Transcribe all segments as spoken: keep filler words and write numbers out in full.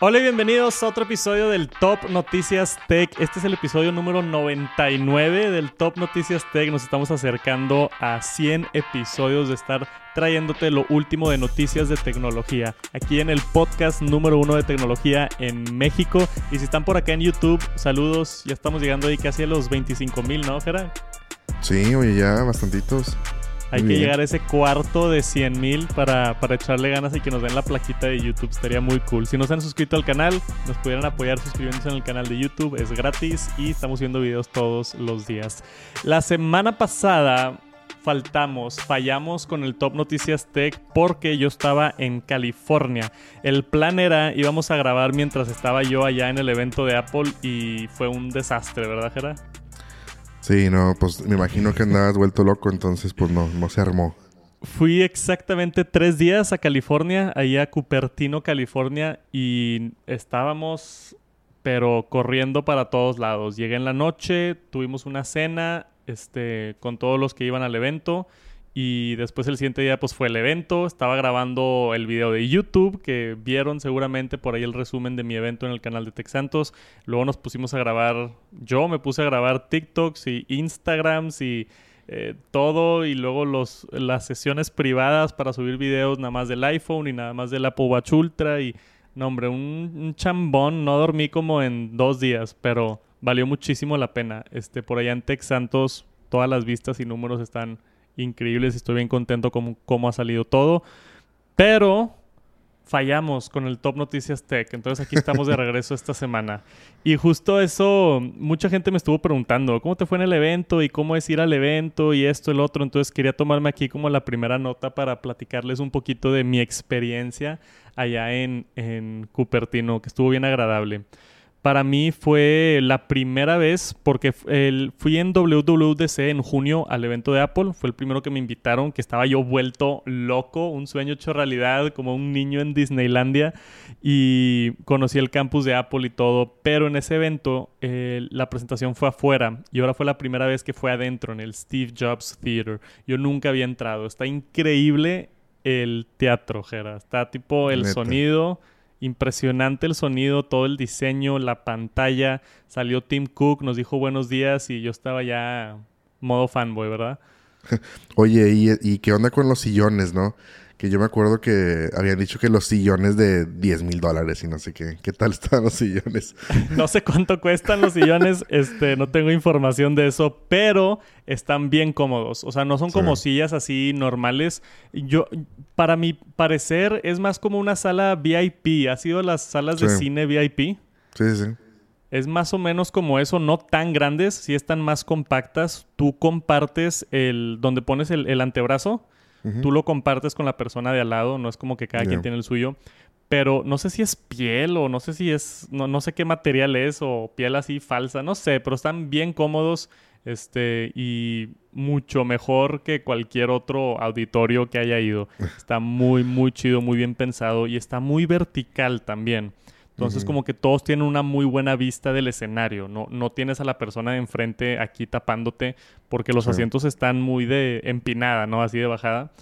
Hola y bienvenidos a otro episodio del Top Noticias Tech. Este es el episodio número noventa y nueve del Top Noticias Tech. Nos estamos acercando a cien episodios de estar trayéndote lo último de noticias de tecnología. Aquí en el podcast número uno de tecnología en México. Y si están por acá en YouTube, saludos. Ya estamos llegando ahí casi a los veinticinco mil, ¿no, Jera? Sí, oye, ya bastantitos. Hay que llegar a ese cuarto de cien mil para, para echarle ganas y que nos den la plaquita de YouTube. Estaría muy cool. Si no se han suscrito al canal, nos pudieran apoyar suscribiéndose en el canal de YouTube. Es gratis y estamos subiendo videos todos los días. La semana pasada faltamos, fallamos con el Top Noticias Tech porque yo estaba en California. El plan era, íbamos a grabar mientras estaba yo allá en el evento de Apple y fue un desastre, ¿verdad, Jera? Sí, no, pues me imagino que andabas vuelto loco, entonces pues no, no se armó. Fui exactamente tres días a California, ahí a Cupertino, California, y estábamos, pero corriendo para todos lados. Llegué en la noche, tuvimos una cena, este, con todos los que iban al evento, y después el siguiente día pues fue el evento. Estaba grabando el video de YouTube, que vieron seguramente por ahí el resumen de mi evento en el canal de Tech Santos. Luego nos pusimos a grabar, yo me puse a grabar TikToks y Instagrams y eh, todo. Y luego los, las sesiones privadas para subir videos nada más del iPhone y nada más del Apple Watch Ultra. Y no hombre, un, un chambón. No dormí como en dos días, pero valió muchísimo la pena. Este, por allá en Tech Santos todas las vistas y números están increíbles. Estoy bien contento con cómo ha salido todo. Pero fallamos con el Top Noticias Tech. Entonces aquí estamos de regreso esta semana. Y justo eso, mucha gente me estuvo preguntando ¿cómo te fue en el evento? Y cómo es ir al evento y esto, el otro. Entonces quería tomarme aquí como la primera nota para platicarles un poquito de mi experiencia allá en, en Cupertino, que estuvo bien agradable. Para mí fue la primera vez, porque el, fui en W W D C en junio al evento de Apple. Fue el primero que me invitaron, que estaba yo vuelto loco, un sueño hecho realidad, como un niño en Disneylandia. Y conocí el campus de Apple y todo. Pero en ese evento, eh, la presentación fue afuera. Y ahora fue la primera vez que fue adentro, en el Steve Jobs Theater. Yo nunca había entrado. Está increíble el teatro, Jera. Está tipo el Neta. sonido... Impresionante el sonido, todo el diseño, la pantalla. Salió Tim Cook, nos dijo buenos días y yo estaba ya modo fanboy, ¿verdad? Oye, ¿y, ¿y qué onda con los sillones, no? Que yo me acuerdo que habían dicho que los sillones de diez mil dólares y no sé qué. ¿Qué tal están los sillones? No sé cuánto cuestan los sillones, este, no tengo información de eso, pero están bien cómodos. O sea, no son Sí. como sillas así normales. Yo, para mi parecer, es más como una sala V I P. ¿Has ido a las salas de Sí. cine V I P? Sí, sí. Es más o menos como eso, no tan grandes, sí están más compactas. Tú compartes el donde pones el, el antebrazo. Uh-huh. Tú lo compartes con la persona de al lado, no es como que cada Yeah. quien tiene el suyo. Pero no sé si es piel o no sé si es... No, no sé qué material es o piel así falsa, no sé. Pero están bien cómodos este y mucho mejor que cualquier otro auditorio que haya ido. Está muy, muy chido, muy bien pensado y está muy vertical también. Entonces, uh-huh. como que todos tienen una muy buena vista del escenario. No, no tienes a la persona de enfrente aquí tapándote porque los sí. asientos están muy de empinada, ¿no? Así de bajada.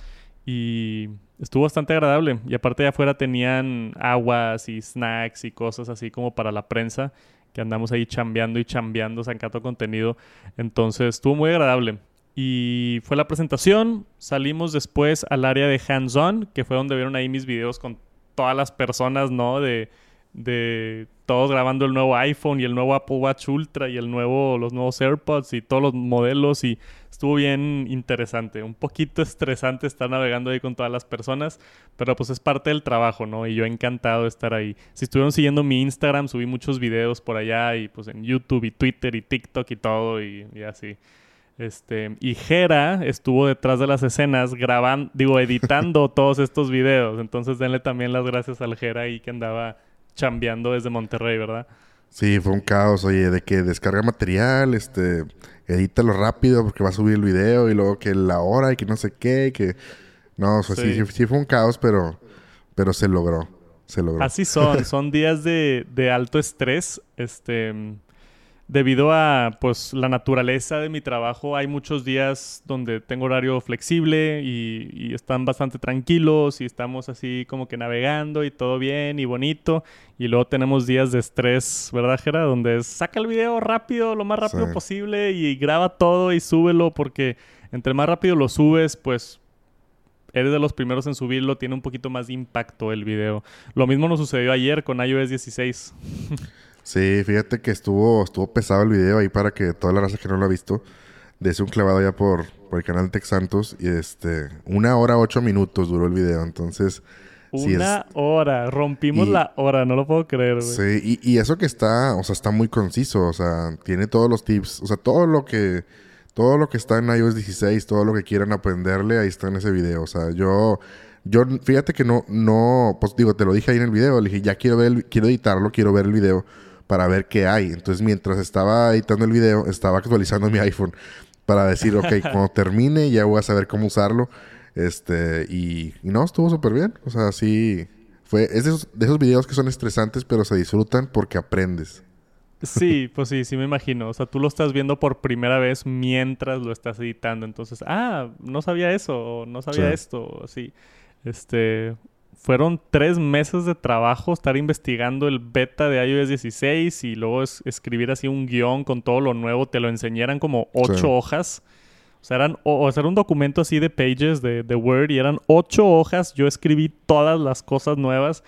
Y estuvo bastante agradable. Y aparte de afuera tenían aguas y snacks y cosas así como para la prensa, que andamos ahí chambeando y chambeando, sacando contenido. Entonces, estuvo muy agradable. Y fue la presentación. Salimos después al área de hands-on, que fue donde vieron ahí mis videos con todas las personas, ¿no? De... de todos grabando el nuevo iPhone y el nuevo Apple Watch Ultra y el nuevo, los nuevos AirPods y todos los modelos y estuvo bien interesante. Un poquito estresante estar navegando ahí con todas las personas, pero pues es parte del trabajo, ¿no? Y yo encantado de estar ahí. Si estuvieron siguiendo mi Instagram, subí muchos videos por allá y pues en YouTube y Twitter y TikTok y todo y, y así. Este, y Jera estuvo detrás de las escenas grabando, digo, editando todos estos videos. Entonces denle también las gracias al Jera ahí que andaba chambeando desde Monterrey, ¿verdad? Sí, fue un caos, oye, de que descarga material, este, edítalo rápido porque va a subir el video y luego que la hora y que no sé qué, y que... No, o sea, sí. Sí, sí fue un caos, pero, pero se logró, se logró. Así son, son días de, de alto estrés, este... debido a pues la naturaleza de mi trabajo, hay muchos días donde tengo horario flexible y, y están bastante tranquilos y estamos así como que navegando y todo bien y bonito. Y luego tenemos días de estrés, ¿verdad, Jera? Donde es, saca el video rápido, lo más rápido Sí. posible y graba todo y súbelo porque entre más rápido lo subes, pues eres de los primeros en subirlo, tiene un poquito más de impacto el video. Lo mismo nos sucedió ayer con iOS dieciséis. Sí, fíjate que estuvo, estuvo pesado el video ahí para que toda la raza que no lo ha visto dese un clavado ya por, por el canal de Tech Santos. Y este, una hora ocho minutos duró el video. Entonces, sí es. Una hora. Rompimos Y, la hora. No lo puedo creer, güey. sí, y, y eso que está, o sea, está muy conciso. O sea, tiene todos los tips. O sea, todo lo que, todo lo que está en iOS dieciséis, todo lo que quieran aprenderle, ahí está en ese video. O sea, yo, yo, fíjate que no, no, pues digo, te lo dije ahí en el video. Le dije, ya quiero ver, el- quiero editarlo, quiero ver el video para ver qué hay. Entonces, mientras estaba editando el video, estaba actualizando mi iPhone para decir, ok, cuando termine ya voy a saber cómo usarlo. Este, y, y no, estuvo súper bien. O sea, sí, fue, es de esos, de esos videos que son estresantes, pero se disfrutan porque aprendes. Sí, pues sí, sí me imagino. O sea, tú lo estás viendo por primera vez mientras lo estás editando. Entonces, ah, no sabía eso, o no Sí, sabía esto, o así. Este, fueron tres meses de trabajo estar investigando el beta de iOS dieciséis y luego es- escribir así un guión con todo lo nuevo. Te lo enseñaran como sí. ocho hojas. O sea, eran, o, o sea, era un documento así de pages de, de Word y eran ocho hojas. Yo escribí todas las cosas nuevas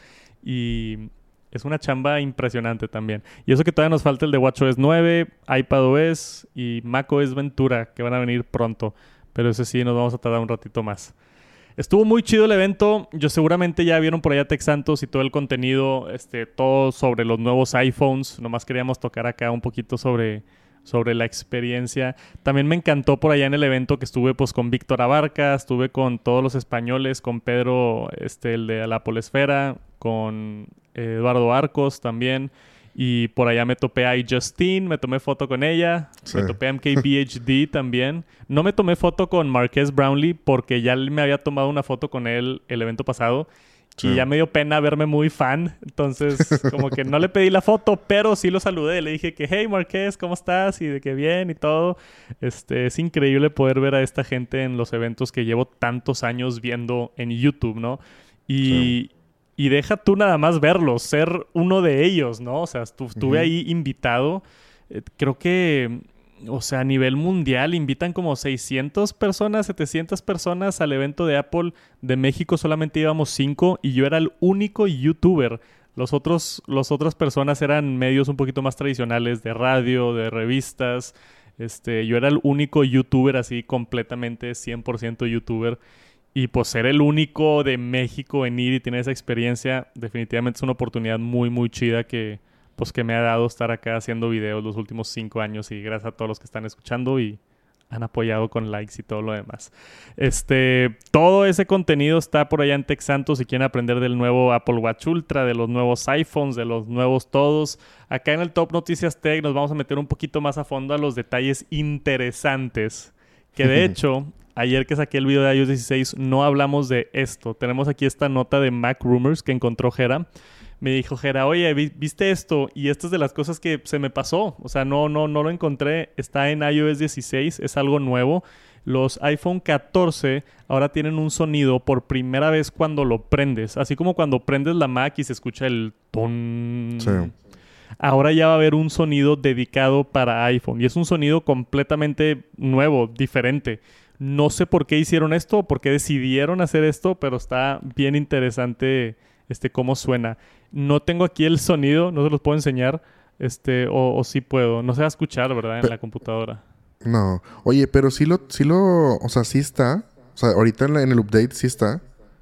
y es una chamba impresionante también. Y eso que todavía nos falta el de WatchOS nueve, iPadOS y macOS Ventura, que van a venir pronto. Pero ese sí nos vamos a tardar un ratito más. Estuvo muy chido el evento. Yo seguramente ya vieron por allá Tech Santos y todo el contenido, este, todo sobre los nuevos iPhones. Nomás queríamos tocar acá un poquito sobre, sobre la experiencia. También me encantó por allá en el evento que estuve pues con Víctor Abarca, estuve con todos los españoles, con Pedro, este, el de la Polesfera, con eh, Eduardo Arcos también. Y por allá me topé a Justine, me tomé foto con ella. Sí. Me topé a M K B H D también. No me tomé foto con Marqués Brownlee porque ya me había tomado una foto con él el evento pasado. Sí. Y ya me dio pena verme muy fan. Entonces, como que no le pedí la foto, pero sí lo saludé. Le dije que, hey, Marqués, ¿cómo estás? Y de que bien y todo. Este, es increíble poder ver a esta gente en los eventos que llevo tantos años viendo en YouTube, ¿no? Y... Sí. Y deja tú nada más verlos, ser uno de ellos, ¿no? O sea, estu- estuve Ujú. ahí invitado. Eh, creo que, o sea, a nivel mundial invitan como seiscientas personas, setecientas personas al evento de Apple. De México solamente íbamos cinco y yo era el único youtuber. Los otros, las otras personas eran medios un poquito más tradicionales de radio, de revistas. Este, yo era el único youtuber así completamente cien por ciento youtuber. Y pues ser el único de México en ir y tener esa experiencia, definitivamente es una oportunidad muy, muy chida que, pues, que me ha dado estar acá haciendo videos los últimos cinco años. Y gracias a todos los que están escuchando y han apoyado con likes y todo lo demás. Este, todo ese contenido está por allá en Tech Santos si quieren aprender del nuevo Apple Watch Ultra, de los nuevos iPhones, de los nuevos todos. Acá en el Top Noticias Tech nos vamos a meter un poquito más a fondo a los detalles interesantes. Que de hecho... Ayer que saqué el video de iOS dieciséis no hablamos de esto. Tenemos aquí esta nota de Mac Rumors que encontró Jera. Me dijo Jera, oye, ¿vi- ¿viste esto? Y esta es de las cosas que se me pasó. O sea, no, no, no lo encontré. Está en iOS dieciséis, es algo nuevo. Los iPhone catorce ahora tienen un sonido por primera vez cuando lo prendes. Así como cuando prendes la Mac y se escucha el ton. Sí. Ahora ya va a haber un sonido dedicado para iPhone. Y es un sonido completamente nuevo, diferente. No sé por qué hicieron esto, por qué decidieron hacer esto, pero está bien interesante este, cómo suena. No tengo aquí el sonido, no se los puedo enseñar, este, o, o sí puedo. No se va a escuchar, ¿verdad? En Pe- la computadora. No. Oye, pero sí lo, sí lo, o sea, sí está. O sea, ahorita en, la- en el update sí está.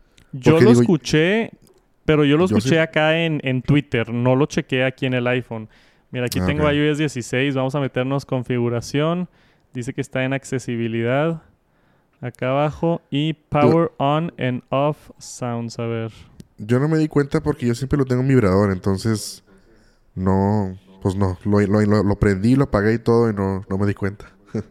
Yo Porque lo digo, escuché, pero yo lo yo escuché sí. acá en, en Twitter. No lo chequé aquí en el iPhone. Mira, aquí Ah, tengo ok. iOS dieciséis. Vamos a meternos configuración. Dice que está en accesibilidad. Acá abajo. Y power on and off sounds. A ver. Yo no me di cuenta porque yo siempre lo tengo en vibrador, entonces no, pues no, lo, lo, lo, lo prendí, lo apagué y todo y no, no me di cuenta.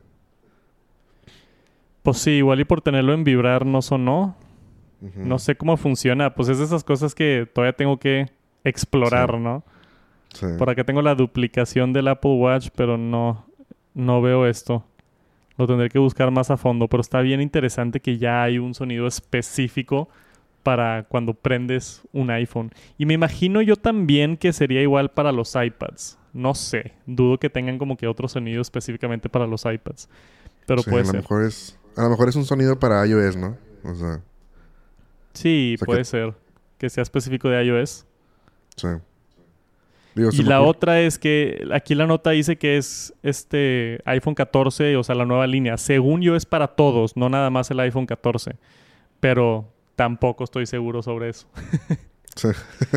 Pues sí, igual y por tenerlo en vibrar no sonó. Ujú. No sé cómo funciona. Pues es de esas cosas que todavía tengo que explorar, Sí. ¿no? Sí. Por acá tengo la duplicación del Apple Watch, pero no, no veo esto. Lo tendré que buscar más a fondo, pero está bien interesante que ya hay un sonido específico para cuando prendes un iPhone. Y me imagino yo también que sería igual para los iPads. No sé, dudo que tengan como que otro sonido específicamente para los iPads. Pero Sí, puede a lo ser. mejor es, a lo mejor es un sonido para iOS, ¿no? O sea, Sí, o sea puede que, ser. Que sea específico de iOS. sí. Digo, se Y me la ocurre. otra es que aquí la nota dice que es este iPhone catorce, o sea, la nueva línea. Según yo es para todos, no nada más el iPhone catorce. Pero tampoco estoy seguro sobre eso. Sí.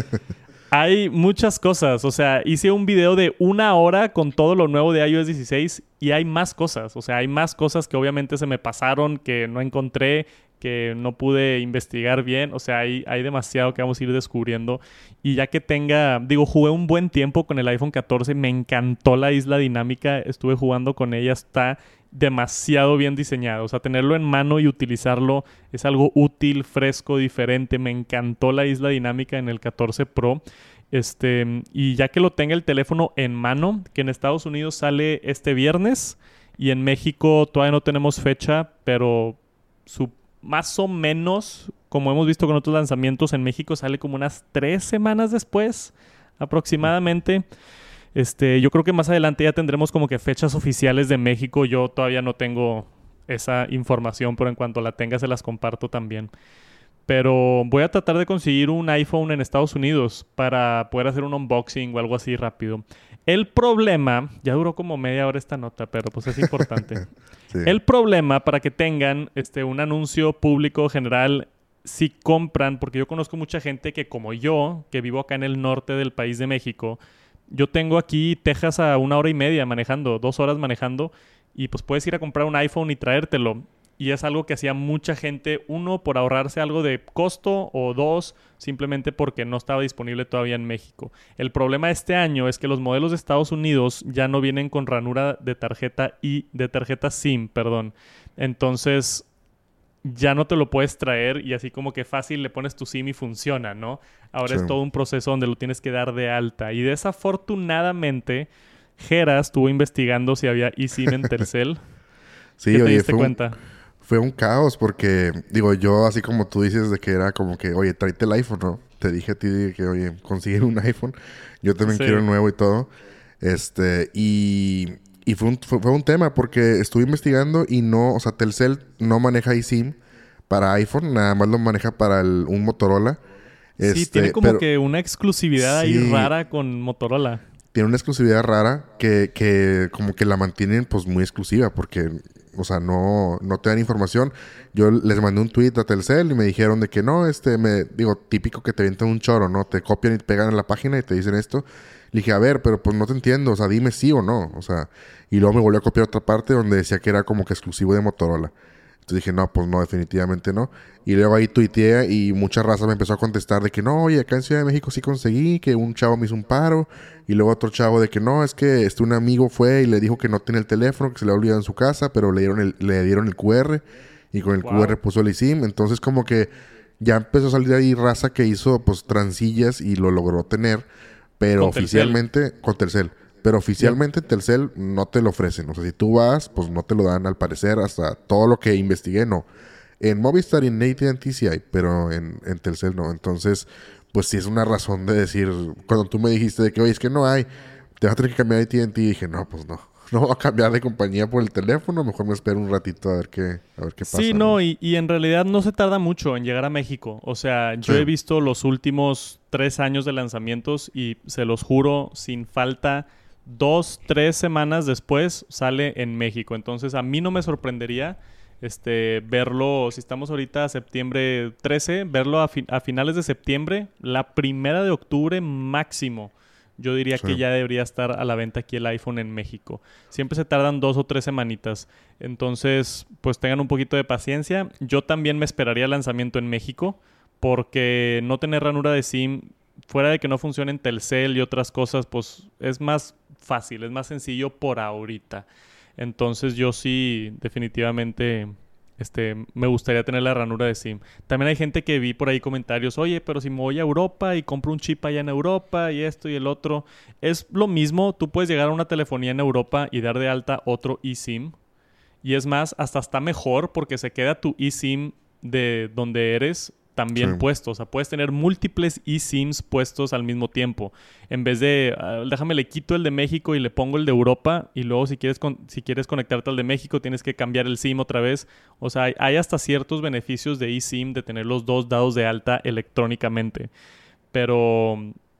Hay muchas cosas, o sea, hice un video de una hora con todo lo nuevo de iOS dieciséis y hay más cosas, o sea, hay más cosas que obviamente se me pasaron, que no encontré, que no pude investigar bien, o sea, hay, hay demasiado que vamos a ir descubriendo y ya que tenga, digo, jugué un buen tiempo con el iPhone catorce, me encantó la isla dinámica, estuve jugando con ella, está demasiado bien diseñado, o sea, tenerlo en mano y utilizarlo es algo útil, fresco, diferente, me encantó la isla dinámica en el catorce Pro. Este, y ya que lo tenga el teléfono en mano, que en Estados Unidos sale este viernes y en México todavía no tenemos fecha, pero su, más o menos, como hemos visto con otros lanzamientos, en México sale como unas tres semanas después, aproximadamente. Este, yo creo que más adelante ya tendremos como que fechas oficiales de México. Yo todavía no tengo esa información, pero en cuanto la tenga se las comparto también. Pero voy a tratar de conseguir un iPhone en Estados Unidos para poder hacer un unboxing o algo así rápido. El problema, ya duró como media hora esta nota, pero pues es importante. Sí. El problema para que tengan este, un anuncio público general, si compran, porque yo conozco mucha gente que como yo, que vivo acá en el norte del país de México, yo tengo aquí Texas a una hora y media manejando, dos horas manejando, y pues puedes ir a comprar un iPhone y traértelo. Y es algo que hacía mucha gente, uno, por ahorrarse algo de costo, o dos, simplemente porque no estaba disponible todavía en México. El problema este año es que los modelos de Estados Unidos ya no vienen con ranura de tarjeta y de tarjeta SIM, perdón. Entonces ya no te lo puedes traer y así como que fácil le pones tu SIM y funciona, ¿no? Ahora Sí. es todo un proceso donde lo tienes que dar de alta. Y desafortunadamente, Jera estuvo investigando si había eSIM en Telcel. Sí, ¿Qué te oye, diste fue un, cuenta? fue un caos porque, digo, yo así como tú dices de que era como que, oye, tráete el iPhone, ¿no? Te dije a ti de que, oye, consigue un iPhone. Yo también Sí. quiero el nuevo y todo. Este, y, y fue, un, fue, fue un tema porque estuve investigando y no, o sea, Telcel no maneja eSIM para iPhone, nada más lo maneja para el- un Motorola. Sí, Este, tiene como pero que una exclusividad ahí sí, rara con Motorola. tiene una exclusividad rara que, que como que la mantienen pues muy exclusiva porque, o sea, no, no te dan información. Yo les mandé un tweet a Telcel y me dijeron de que no, este, me digo, típico que te avientan un choro, ¿no? Te copian y te pegan en la página y te dicen esto. Le dije, a ver, pero pues no te entiendo, o sea, dime sí o no, o sea, y luego me volvió a copiar otra parte donde decía que era como que exclusivo de Motorola. Entonces dije, no, pues no, definitivamente no. Y luego ahí tuiteé y mucha raza me empezó a contestar de que no, oye, acá en Ciudad de México sí conseguí, que un chavo me hizo un paro. Y luego otro chavo de que no, es que este un amigo fue y le dijo que no tenía el teléfono, que se le había olvidado en su casa, pero le dieron el, le dieron el Q R y con el Wow. Q R puso el eSIM. Entonces como que ya empezó a salir ahí raza que hizo pues transillas y lo logró tener, pero Con Telcel. oficialmente con Telcel. Pero oficialmente Telcel no te lo ofrecen. O sea, si tú vas, pues no te lo dan al parecer. Hasta todo lo que investigué, no. En Movistar y en A T and T sí hay, pero en, en Telcel no. Entonces, pues sí es una razón de decir... Cuando tú me dijiste de que, oye, es que no hay, te vas a tener que cambiar a A T and T. Dije, no, pues no. No voy a cambiar de compañía por el teléfono. Mejor me espero un ratito a ver qué, a ver qué pasa. Sí, no, y, y en realidad no se tarda mucho en llegar a México. O sea, yo Sí. he visto los últimos tres años de lanzamientos y se los juro, sin falta, dos, tres semanas después sale en México. Entonces, a mí no me sorprendería este, verlo, si estamos ahorita a septiembre trece, verlo a, fi- a finales de septiembre, la primera de octubre máximo. Yo diría Sí. que ya debería estar a la venta aquí el iPhone en México. Siempre se tardan dos o tres semanitas. Entonces, pues tengan un poquito de paciencia. Yo también me esperaría el lanzamiento en México porque no tener ranura de SIM, fuera de que no funcione en Telcel y otras cosas, pues es más fácil, es más sencillo por ahorita. Entonces yo sí definitivamente este, me gustaría tener la ranura de SIM. También hay gente que vi por ahí comentarios, oye, pero si me voy a Europa y compro un chip allá en Europa y esto y el otro, es lo mismo, tú puedes llegar a una telefonía en Europa y dar de alta otro eSIM. Y es más, hasta está mejor porque se queda tu eSIM de donde eres también Sí. puesto. O sea, puedes tener múltiples eSIMs puestos al mismo tiempo. En vez de, uh, déjame le quito el de México y le pongo el de Europa. Y luego si quieres, con- si quieres conectarte al de México tienes que cambiar el SIM otra vez. O sea, hay, hay hasta ciertos beneficios de eSIM de tener los dos dados de alta electrónicamente. Pero...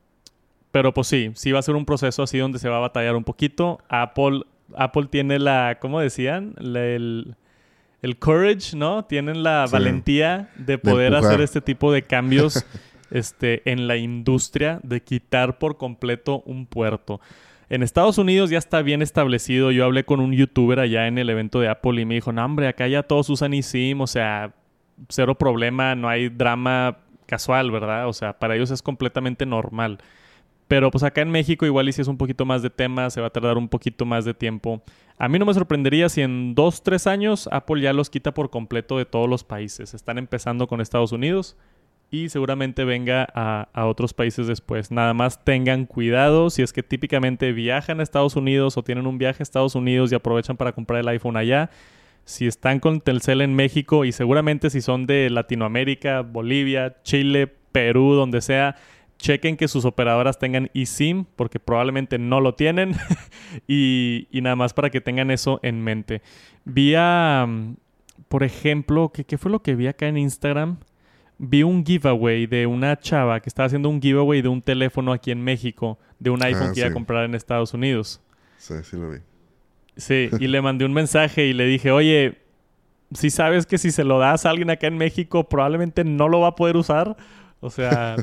Pero pues sí, sí va a ser un proceso así donde se va a batallar un poquito. Apple, Apple tiene la, ¿cómo decían? La- el, el courage, ¿no? Tienen la Sí. valentía de De poder empujar. hacer este tipo de cambios este, en la industria, de quitar por completo un puerto. En Estados Unidos ya está bien establecido. Yo hablé con un youtuber allá en el evento de Apple y me dijo, no, hombre, acá ya todos usan eSIM, o sea, cero problema, no hay drama casual, ¿verdad? O sea, para ellos es completamente normal. Pero pues acá en México igual y si es un poquito más de tema, se va a tardar un poquito más de tiempo. A mí no me sorprendería si en dos, tres años Apple ya los quita por completo de todos los países. Están empezando con Estados Unidos y seguramente venga a, a otros países después. Nada más tengan cuidado si es que típicamente viajan a Estados Unidos o tienen un viaje a Estados Unidos y aprovechan para comprar el iPhone allá. Si están con Telcel en México y seguramente si son de Latinoamérica, Bolivia, Chile, Perú, donde sea, chequen que sus operadoras tengan eSIM porque probablemente no lo tienen y, y nada más para que tengan eso en mente. Vi a, um, por ejemplo, ¿qué, ¿qué fue lo que vi acá en Instagram? Vi un giveaway de una chava que estaba haciendo un giveaway de un teléfono aquí en México, de un iPhone Ah, que iba a sí. comprar en Estados Unidos. Sí, sí lo vi. Sí, y le mandé un mensaje y le dije, oye, si sabes que si se lo das a alguien acá en México probablemente no lo va a poder usar. O sea,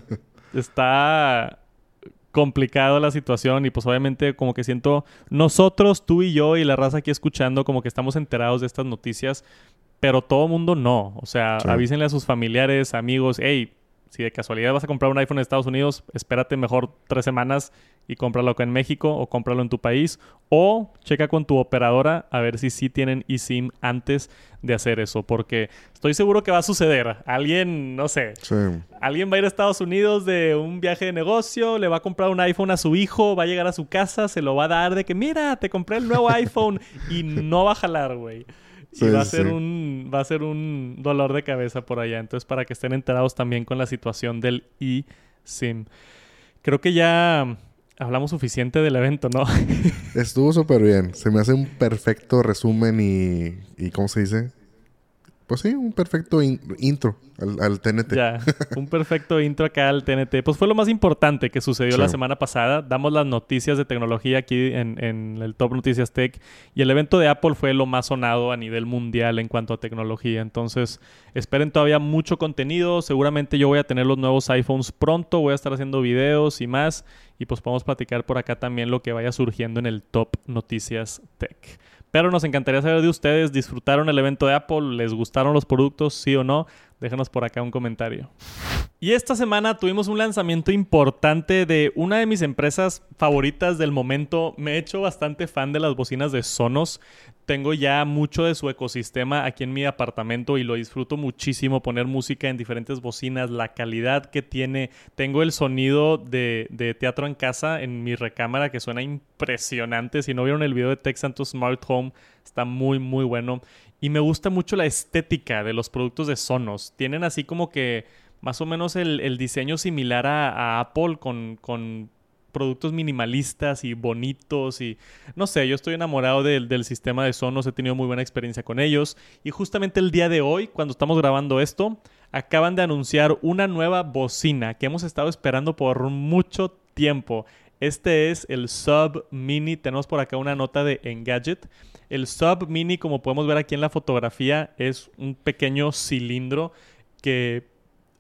está complicado la situación y pues obviamente como que siento nosotros, tú y yo y la raza aquí escuchando como que estamos enterados de estas noticias, pero todo mundo no. O sea, Sí. avísenle a sus familiares, amigos, hey, si de casualidad vas a comprar un iPhone en Estados Unidos, espérate mejor tres semanas y cómpralo acá en México o cómpralo en tu país. O checa con tu operadora a ver si sí tienen eSIM antes de hacer eso. Porque estoy seguro que va a suceder. Alguien, no sé, Sí. alguien va a ir a Estados Unidos de un viaje de negocio, le va a comprar un iPhone a su hijo, va a llegar a su casa, se lo va a dar de que, mira, te compré el nuevo iPhone y no va a jalar, güey. Y Sí, va a sí, ser sí. un va a ser un dolor de cabeza por allá. Entonces, para que estén enterados también con la situación del eSIM. Creo que ya hablamos suficiente del evento, ¿no? Estuvo súper bien. Se me hace un perfecto resumen y... ¿Y cómo se dice? Pues sí, un perfecto in- intro al, al T N T. Ya, un perfecto intro acá al T N T. Pues fue lo más importante que sucedió Sí. la semana pasada. Damos las noticias de tecnología aquí en, en el Top Noticias Tech. Y el evento de Apple fue lo más sonado a nivel mundial en cuanto a tecnología. Entonces, esperen todavía mucho contenido. Seguramente yo voy a tener los nuevos iPhones pronto. Voy a estar haciendo videos y más. Y pues podemos platicar por acá también lo que vaya surgiendo en el Top Noticias Tech. Pero nos encantaría saber de ustedes. ¿Disfrutaron el evento de Apple? ¿Les gustaron los productos? ¿Sí o no? Déjanos por acá un comentario. Y esta semana tuvimos un lanzamiento importante de una de mis empresas favoritas del momento. Me he hecho bastante fan de las bocinas de Sonos. Tengo ya mucho de su ecosistema aquí en mi apartamento y lo disfruto muchísimo poner música en diferentes bocinas, la calidad que tiene. Tengo el sonido de, de teatro en casa en mi recámara que suena impresionante. Si no vieron el video de Tech Santos Smart Home, está muy muy bueno. Y me gusta mucho la estética de los productos de Sonos. Tienen así como que más o menos el, el diseño similar a, a Apple con... con productos minimalistas y bonitos y no sé, yo estoy enamorado del, del sistema de Sonos, he tenido muy buena experiencia con ellos y justamente el día de hoy, cuando estamos grabando esto, acaban de anunciar una nueva bocina que hemos estado esperando por mucho tiempo. Este es el Sub Mini, tenemos por acá una nota de Engadget. El Sub Mini, como podemos ver aquí en la fotografía, es un pequeño cilindro que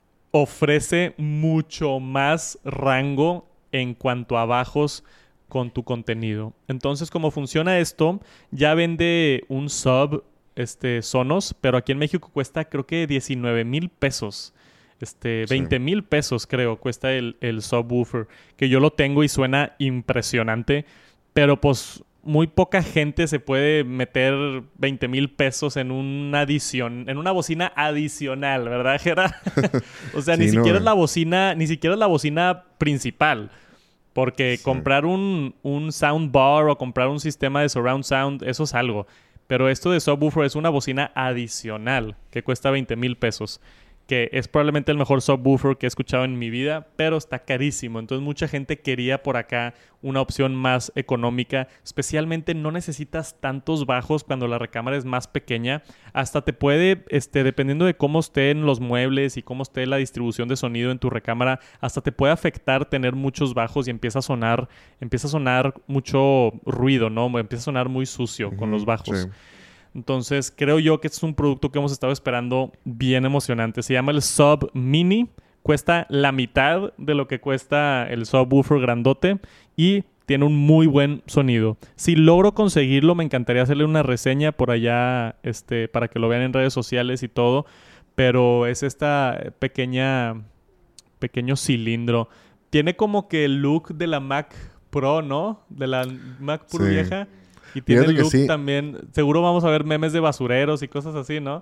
ofrece mucho más rango en cuanto a bajos con tu contenido. Entonces, ¿cómo funciona esto? Ya vende un sub este, Sonos, pero aquí en México cuesta creo que diecinueve mil pesos. Este, veinte mil pesos creo cuesta el, el subwoofer, que yo lo tengo y suena impresionante, pero pues muy poca gente se puede meter veinte mil pesos en una adición, en una bocina adicional, ¿verdad, Gerard? O sea, sí, ni siquiera no, es la bocina, ni siquiera es la bocina principal. Porque sí. comprar un, un soundbar o comprar un sistema de surround sound, eso es algo. Pero esto de subwoofer es una bocina adicional que cuesta veinte mil pesos. Que es probablemente el mejor subwoofer que he escuchado en mi vida, pero está carísimo. Entonces mucha gente quería por acá una opción más económica. Especialmente no necesitas tantos bajos cuando la recámara es más pequeña. Hasta te puede, este, dependiendo de cómo estén los muebles y cómo esté la distribución de sonido en tu recámara, hasta te puede afectar tener muchos bajos y empieza a sonar, empieza a sonar mucho ruido, ¿no? Empieza a sonar muy sucio uh-huh, con los bajos. Sí. Entonces, creo yo que este es un producto que hemos estado esperando bien emocionante. Se llama el Sub Mini. Cuesta la mitad de lo que cuesta el subwoofer grandote y tiene un muy buen sonido. Si logro conseguirlo, me encantaría hacerle una reseña por allá este, para que lo vean en redes sociales y todo. Pero es esta pequeña, pequeño cilindro. Tiene como que el look de la Mac Pro, ¿no? De la Mac Pro sí. vieja. Y tiene el look sí. también... Seguro vamos a ver memes de basureros y cosas así, ¿no?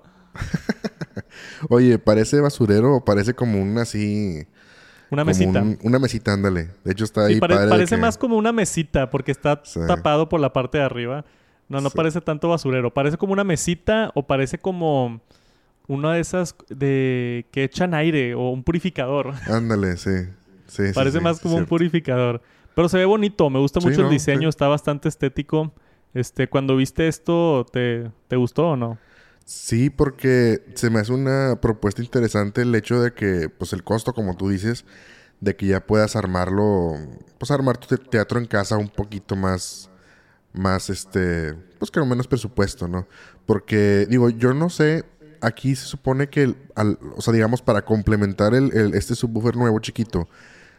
Oye, ¿parece basurero o parece como un así... Una mesita. Un, una mesita, ándale. De hecho está ahí sí, pare, padre parece que... más como una mesita porque está sí. tapado por la parte de arriba. No, no sí. parece tanto basurero. Parece como una mesita o parece como... una de esas de que echan aire o un purificador. Ándale, sí. sí parece sí, más sí, como sí, un purificador. Pero se ve bonito. Me gusta sí, mucho no, el diseño. sí. Está bastante estético. Este, cuando viste esto, ¿te, te gustó o no? Sí, porque se me hace una propuesta interesante el hecho de que, pues el costo, como tú dices, de que ya puedas armarlo, pues armar tu teatro en casa un poquito más, más este, pues con menos presupuesto, ¿no? Porque, digo, yo no sé, aquí se supone que, al, o sea, digamos, para complementar el, el, este subwoofer nuevo chiquito,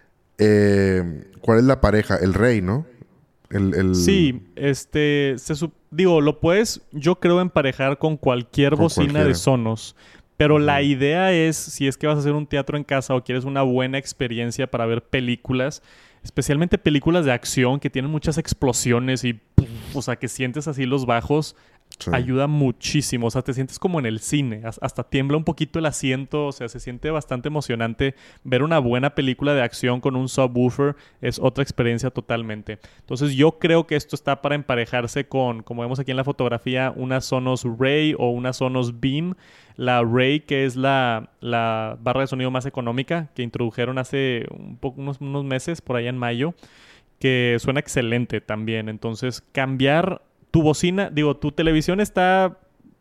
eh, ¿cuál es la pareja? El Rey, ¿no? El, el... Sí, este, se sub... digo, lo puedes, yo creo, emparejar con cualquier con bocina cualquiera. de Sonos. Pero uh-huh. la idea es, si es que vas a hacer un teatro en casa o quieres una buena experiencia para ver películas, especialmente películas de acción que tienen muchas explosiones y, puff, o sea, que sientes así los bajos, sí. ayuda muchísimo. O sea, te sientes como en el cine. Hasta tiembla un poquito el asiento. O sea, se siente bastante emocionante. Ver una buena película de acción con un subwoofer es otra experiencia totalmente. Entonces, yo creo que esto está para emparejarse con, como vemos aquí en la fotografía, una Sonos Ray o una Sonos Beam. La Ray, que es la, la barra de sonido más económica que introdujeron hace un poco, unos, unos meses, por allá en mayo, que suena excelente también. Entonces, cambiar tu bocina, digo, tu televisión está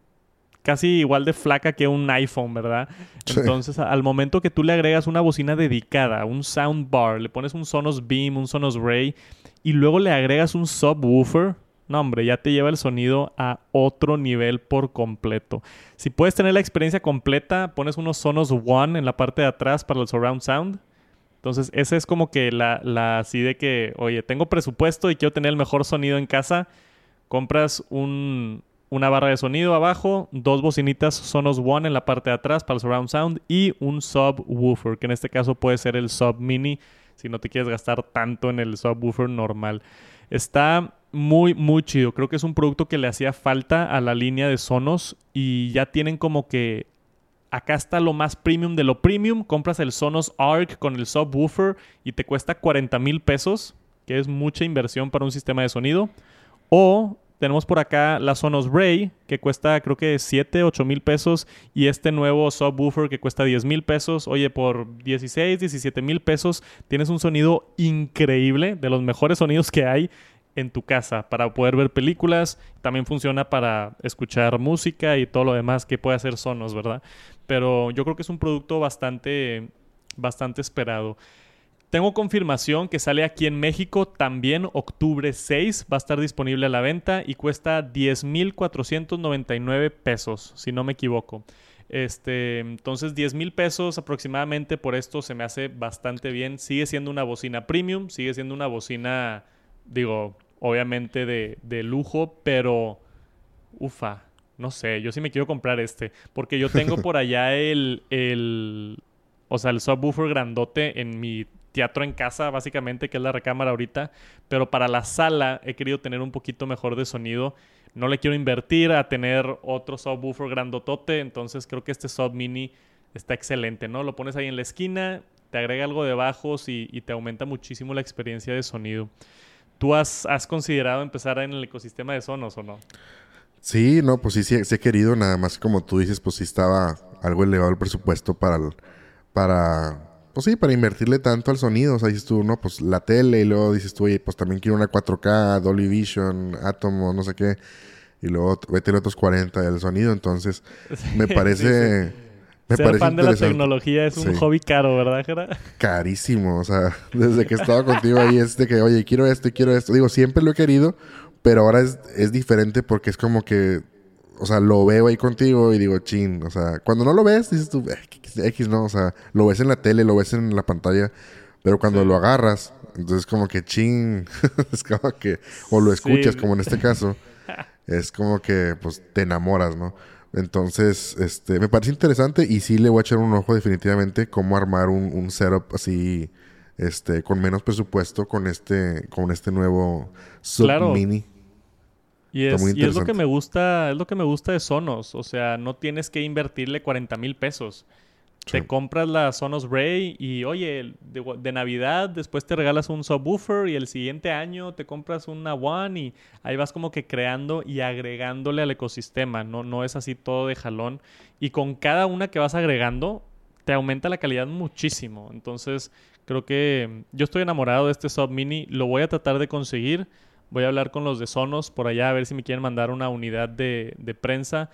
casi igual de flaca que un iPhone, ¿verdad? Sí. Entonces, al momento que tú le agregas una bocina dedicada, un soundbar, le pones un Sonos Beam, un Sonos Ray, y luego le agregas un subwoofer, no, hombre, ya te lleva el sonido a otro nivel por completo. Si puedes tener la experiencia completa, pones unos Sonos One en la parte de atrás para el surround sound. Entonces, esa es como que la, la así de que, oye, tengo presupuesto y quiero tener el mejor sonido en casa. Compras un, una barra de sonido abajo, dos bocinitas Sonos One en la parte de atrás para el surround sound y un subwoofer, que en este caso puede ser el Sub Mini, si no te quieres gastar tanto en el subwoofer normal. Está muy, muy chido. Creo que es un producto que le hacía falta a la línea de Sonos y ya tienen como que... Acá está lo más premium de lo premium. Compras el Sonos Arc con el subwoofer y te cuesta cuarenta mil pesos, que es mucha inversión para un sistema de sonido. O tenemos por acá la Sonos Ray, que cuesta creo que siete, ocho mil pesos. Y este nuevo subwoofer que cuesta diez mil pesos. Oye, por dieciséis, diecisiete mil pesos tienes un sonido increíble, de los mejores sonidos que hay en tu casa para poder ver películas. También funciona para escuchar música y todo lo demás que puede hacer Sonos, ¿verdad? Pero yo creo que es un producto bastante, bastante esperado. Tengo confirmación que sale aquí en México también octubre seis. Va a estar disponible a la venta y cuesta diez mil cuatrocientos noventa y nueve pesos, si no me equivoco. Este, entonces diez mil pesos aproximadamente por esto se me hace bastante bien. Sigue siendo una bocina premium, sigue siendo una bocina, digo, obviamente de, de lujo, pero ufa, no sé, yo sí me quiero comprar este, porque yo tengo por allá el, el, o sea, el subwoofer grandote en mi teatro en casa, básicamente, que es la recámara ahorita. Pero para la sala he querido tener un poquito mejor de sonido. No le quiero invertir a tener otro subwoofer grandotote. Entonces creo que este Sub Mini está excelente, ¿no? Lo pones ahí en la esquina, te agrega algo de bajos y, y te aumenta muchísimo la experiencia de sonido. ¿Tú has, has considerado empezar en el ecosistema de Sonos o no? Sí, no, pues sí, sí, sí he querido, nada más como tú dices, pues sí estaba algo elevado el presupuesto para, el- para, pues sí, para invertirle tanto al sonido. O sea, dices tú, no, pues la tele, y luego dices tú, oye, pues también quiero una cuatro K, Dolby Vision, Atmos, no sé qué, y luego t- vete otros cuarenta del sonido. Entonces, me Sí, sí. parece, me Ser parece fan de la interesante. tecnología es un Sí, hobby caro, ¿verdad, Jera? carísimo. O sea, desde que estaba contigo ahí es de que, oye, quiero esto y quiero esto. Digo, siempre lo he querido, pero ahora es, es diferente porque es como que, o sea, lo veo ahí contigo y digo, chin. O sea, cuando no lo ves, dices tú, "Eh, X, X, no". O sea, lo ves en la tele, lo ves en la pantalla, pero cuando lo Sí. agarras, entonces como que chin. Es como que, o lo escuchas, Sí. como en este caso, es como que, pues, te enamoras, ¿no? Entonces, este, me parece interesante y sí le voy a echar un ojo definitivamente cómo armar un, un setup así, este, con menos presupuesto con este, con este nuevo Sub Claro. Mini. Y Está muy es, y es lo que interesante. me gusta, es lo que me gusta de Sonos. O sea, no tienes que invertirle cuarenta mil pesos. Sí. Te compras la Sonos Ray y, oye, de, gua- de Navidad después te regalas un subwoofer y el siguiente año te compras una One y ahí vas como que creando y agregándole al ecosistema. No, no es así todo de jalón. Y con cada una que vas agregando, te aumenta la calidad muchísimo. Entonces, creo que mm, yo estoy enamorado de este Sub Mini. Lo voy a tratar de conseguir. Voy a hablar con los de Sonos por allá a ver si me quieren mandar una unidad de, de prensa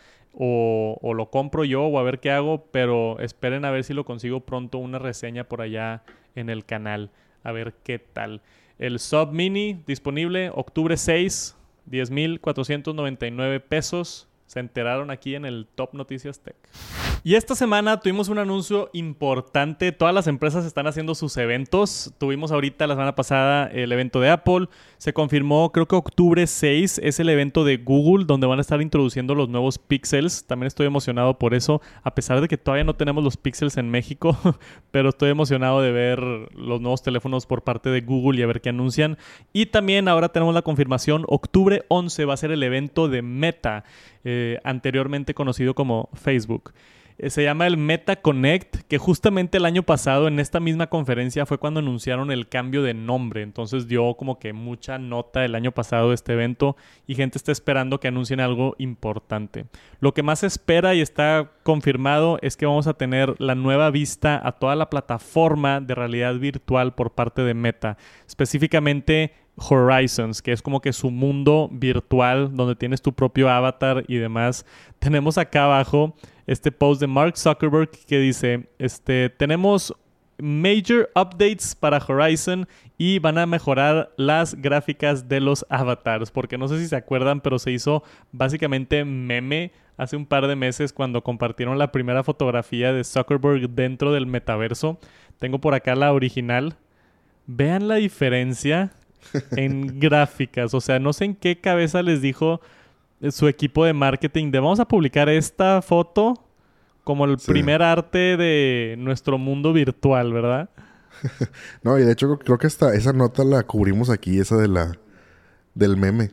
o, o lo compro yo o a ver qué hago, pero esperen a ver si lo consigo pronto una reseña por allá en el canal, a ver qué tal. El Sub Mini disponible octubre seis, diez mil cuatrocientos noventa y nueve pesos. Se enteraron aquí en el Top Noticias Tech. Y esta semana tuvimos un anuncio importante. Todas las empresas están haciendo sus eventos. Tuvimos ahorita la semana pasada el evento de Apple. Se confirmó, creo que octubre seis es el evento de Google, donde van a estar introduciendo los nuevos Pixels. También estoy emocionado por eso, a pesar de que todavía no tenemos los Pixels en México. Pero estoy emocionado de ver los nuevos teléfonos por parte de Google y a ver qué anuncian. Y también ahora tenemos la confirmación, octubre once va a ser el evento de Meta, eh, anteriormente conocido como Facebook. Eh, Se llama el Meta Connect, que justamente el año pasado en esta misma conferencia fue cuando anunciaron el cambio de nombre. Entonces dio como que mucha nota el año pasado de este evento y gente está esperando que anuncien algo importante. Lo que más se espera y está confirmado es que vamos a tener la nueva vista a toda la plataforma de realidad virtual por parte de Meta. Específicamente Horizons, que es como que su mundo virtual donde tienes tu propio avatar y demás. Tenemos acá abajo este post de Mark Zuckerberg que dice, este, tenemos major updates para Horizon y van a mejorar las gráficas de los avatars, porque no sé si se acuerdan, pero se hizo básicamente meme hace un par de meses cuando compartieron la primera fotografía de Zuckerberg dentro del metaverso. Tengo por acá la original. Vean la diferencia en gráficas. O sea, no sé en qué cabeza les dijo su equipo de marketing de vamos a publicar esta foto como el Sí. primer arte de nuestro mundo virtual, ¿verdad? No, y de hecho creo que hasta esa nota la cubrimos aquí, esa de la del meme.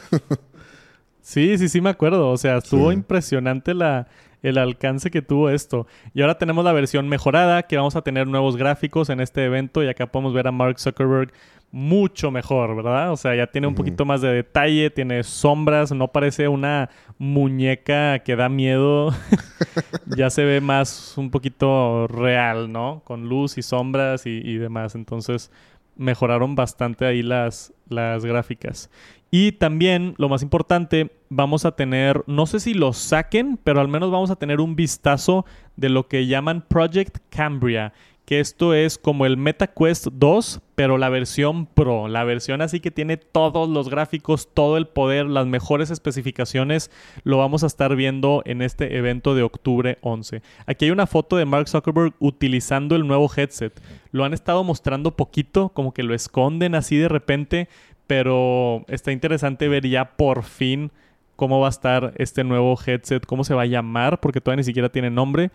Sí, sí, sí me acuerdo. O sea, estuvo Sí. impresionante la, el alcance que tuvo esto. Y ahora tenemos la versión mejorada, que vamos a tener nuevos gráficos en este evento y acá podemos ver a Mark Zuckerberg mucho mejor, ¿verdad? O sea, ya tiene un Ujú. poquito más de detalle, tiene sombras, no parece una muñeca que da miedo. Ya se ve más un poquito real, ¿no? Con luz y sombras y, y demás. Entonces mejoraron bastante ahí las, las gráficas. Y también, lo más importante, vamos a tener, no sé si lo saquen, pero al menos vamos a tener un vistazo de lo que llaman Project Cambria, que esto es como el MetaQuest dos, pero la versión Pro, la versión así que tiene todos los gráficos, todo el poder, las mejores especificaciones, lo vamos a estar viendo en este evento de octubre once. Aquí hay una foto de Mark Zuckerberg utilizando el nuevo headset. Lo han estado mostrando poquito, como que lo esconden así de repente, pero está interesante ver ya por fin cómo va a estar este nuevo headset, cómo se va a llamar, porque todavía ni siquiera tiene nombre.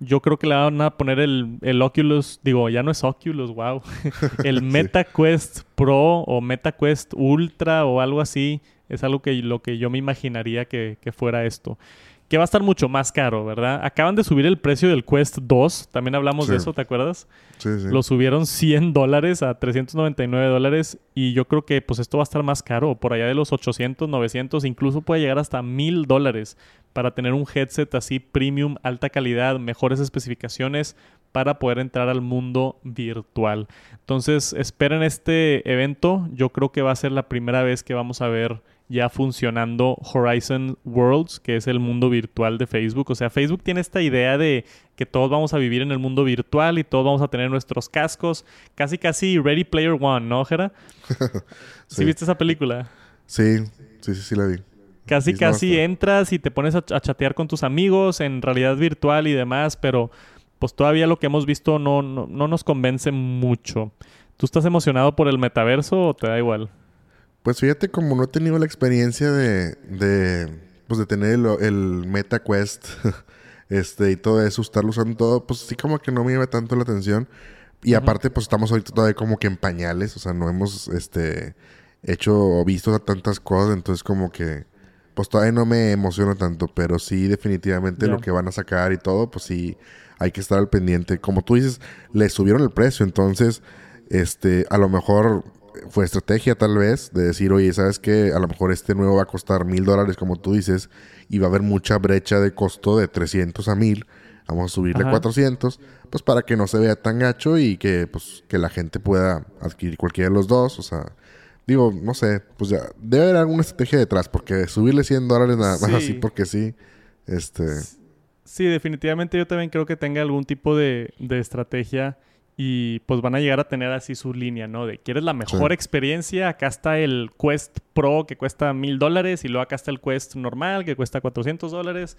yo creo que le van a poner el, el Oculus, digo, ya no es Oculus, wow. El Meta sí. Quest Pro o Meta Quest Ultra o algo así. Es algo que lo que yo me imaginaría que, que fuera esto. Que va a estar mucho más caro, ¿verdad? Acaban de subir el precio del Quest dos. También hablamos sí. de eso, ¿te acuerdas? Sí, sí. Lo subieron cien dólares a trescientos noventa y nueve dólares. Y yo creo que pues esto va a estar más caro. Por allá de los ochocientos, novecientos. Incluso puede llegar hasta mil dólares para tener un headset así premium, alta calidad, mejores especificaciones para poder entrar al mundo virtual. Entonces, esperen este evento. Yo creo que va a ser la primera vez que vamos a ver ya funcionando Horizon Worlds, que es el mundo virtual de Facebook. O sea, Facebook tiene esta idea de que todos vamos a vivir en el mundo virtual y todos vamos a tener nuestros cascos. Casi, casi Ready Player One, ¿no, Jera? sí. ¿Sí viste esa película? Sí, sí, sí, sí la vi. Casi, sí, casi entras y te pones a, a chatear con tus amigos en realidad virtual y demás, pero pues todavía lo que hemos visto no, no, no nos convence mucho. ¿Tú estás emocionado por el metaverso o te da igual? Pues fíjate, como no he tenido la experiencia de, de, pues de tener el, el Meta Quest este, y todo eso, estarlo usando todo, pues sí como que no me llama tanto la atención. Y uh-huh. aparte, pues estamos ahorita todavía como que en pañales, o sea, no hemos este, hecho o visto tantas cosas, entonces como que pues todavía no me emociona tanto, pero sí definitivamente yeah. lo que van a sacar y todo, pues sí hay que estar al pendiente. Como tú dices, le subieron el precio, entonces este, a lo mejor fue estrategia tal vez de decir, oye, ¿sabes qué? A lo mejor este nuevo va a costar mil dólares como tú dices y va a haber mucha brecha de costo de trescientos a mil. Vamos a subirle Ajá. cuatrocientos, pues para que no se vea tan gacho y que pues que la gente pueda adquirir cualquiera de los dos. O sea, digo, no sé, pues ya debe haber alguna estrategia detrás, porque subirle cien dólares nada más sí. así porque sí, este... Sí, definitivamente yo también creo que tenga algún tipo de, de estrategia. Y pues van a llegar a tener así su línea, ¿no? De ¿quieres la mejor sí. experiencia? Acá está el Quest Pro que cuesta mil dólares y luego acá está el Quest normal que cuesta cuatrocientos dólares.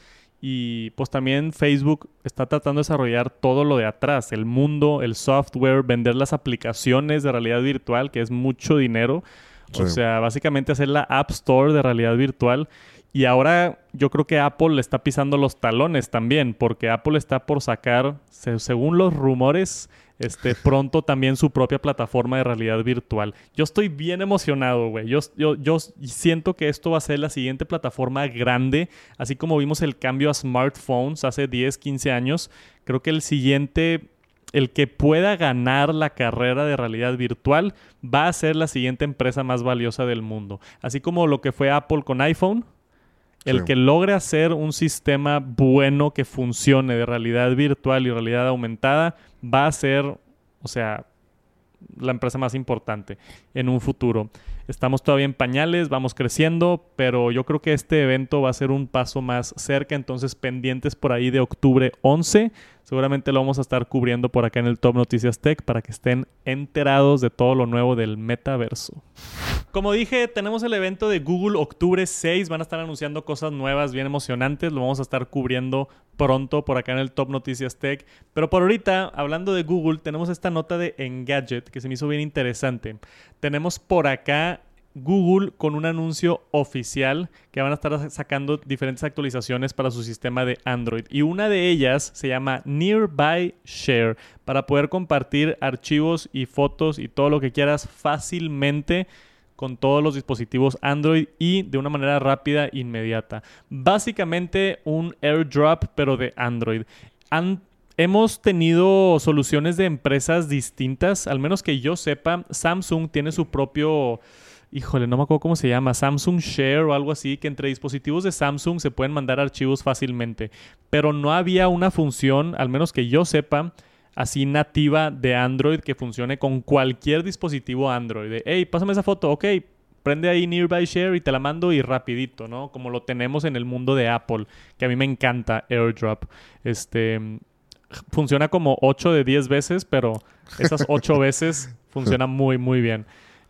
Y pues también Facebook está tratando de desarrollar todo lo de atrás, el mundo, el software, vender las aplicaciones de realidad virtual, que es mucho dinero. Sí. O sea, básicamente hacer la App Store de realidad virtual. Y ahora yo creo que Apple le está pisando los talones también, porque Apple está por sacar, se, según los rumores, este, pronto también su propia plataforma de realidad virtual. Yo estoy bien emocionado, güey. Yo, yo, yo siento que esto va a ser la siguiente plataforma grande, así como vimos el cambio a smartphones hace diez, quince años. Creo que el siguiente, el que pueda ganar la carrera de realidad virtual, va a ser la siguiente empresa más valiosa del mundo. Así como lo que fue Apple con iPhone. El sí. que logre hacer un sistema bueno que funcione de realidad virtual y realidad aumentada va a ser, o sea, la empresa más importante en un futuro. Estamos todavía en pañales, vamos creciendo, pero yo creo que este evento va a ser un paso más cerca, entonces pendientes por ahí de octubre once. Seguramente lo vamos a estar cubriendo por acá en el Top Noticias Tech para que estén enterados de todo lo nuevo del metaverso. Como dije, tenemos el evento de Google octubre seis. Van a estar anunciando cosas nuevas bien emocionantes. Lo vamos a estar cubriendo pronto por acá en el Top Noticias Tech. Pero por ahorita, hablando de Google, tenemos esta nota de Engadget que se me hizo bien interesante. Tenemos por acá Google con un anuncio oficial que van a estar sacando diferentes actualizaciones para su sistema de Android. Y una de ellas se llama Nearby Share, para poder compartir archivos y fotos y todo lo que quieras fácilmente con todos los dispositivos Android y de una manera rápida e inmediata. Básicamente un AirDrop, pero de Android. Han, hemos tenido soluciones de empresas distintas, al menos que yo sepa. Samsung tiene su propio... Híjole, no me acuerdo cómo se llama. Samsung Share o algo así, que entre dispositivos de Samsung se pueden mandar archivos fácilmente. Pero no había una función, al menos que yo sepa, así nativa de Android que funcione con cualquier dispositivo Android. De, hey, pásame esa foto, ok, prende ahí Nearby Share y te la mando y rapidito, ¿no? Como lo tenemos en el mundo de Apple, que a mí me encanta AirDrop. Este, funciona como ocho de diez veces, pero esas ocho veces funciona muy, muy bien.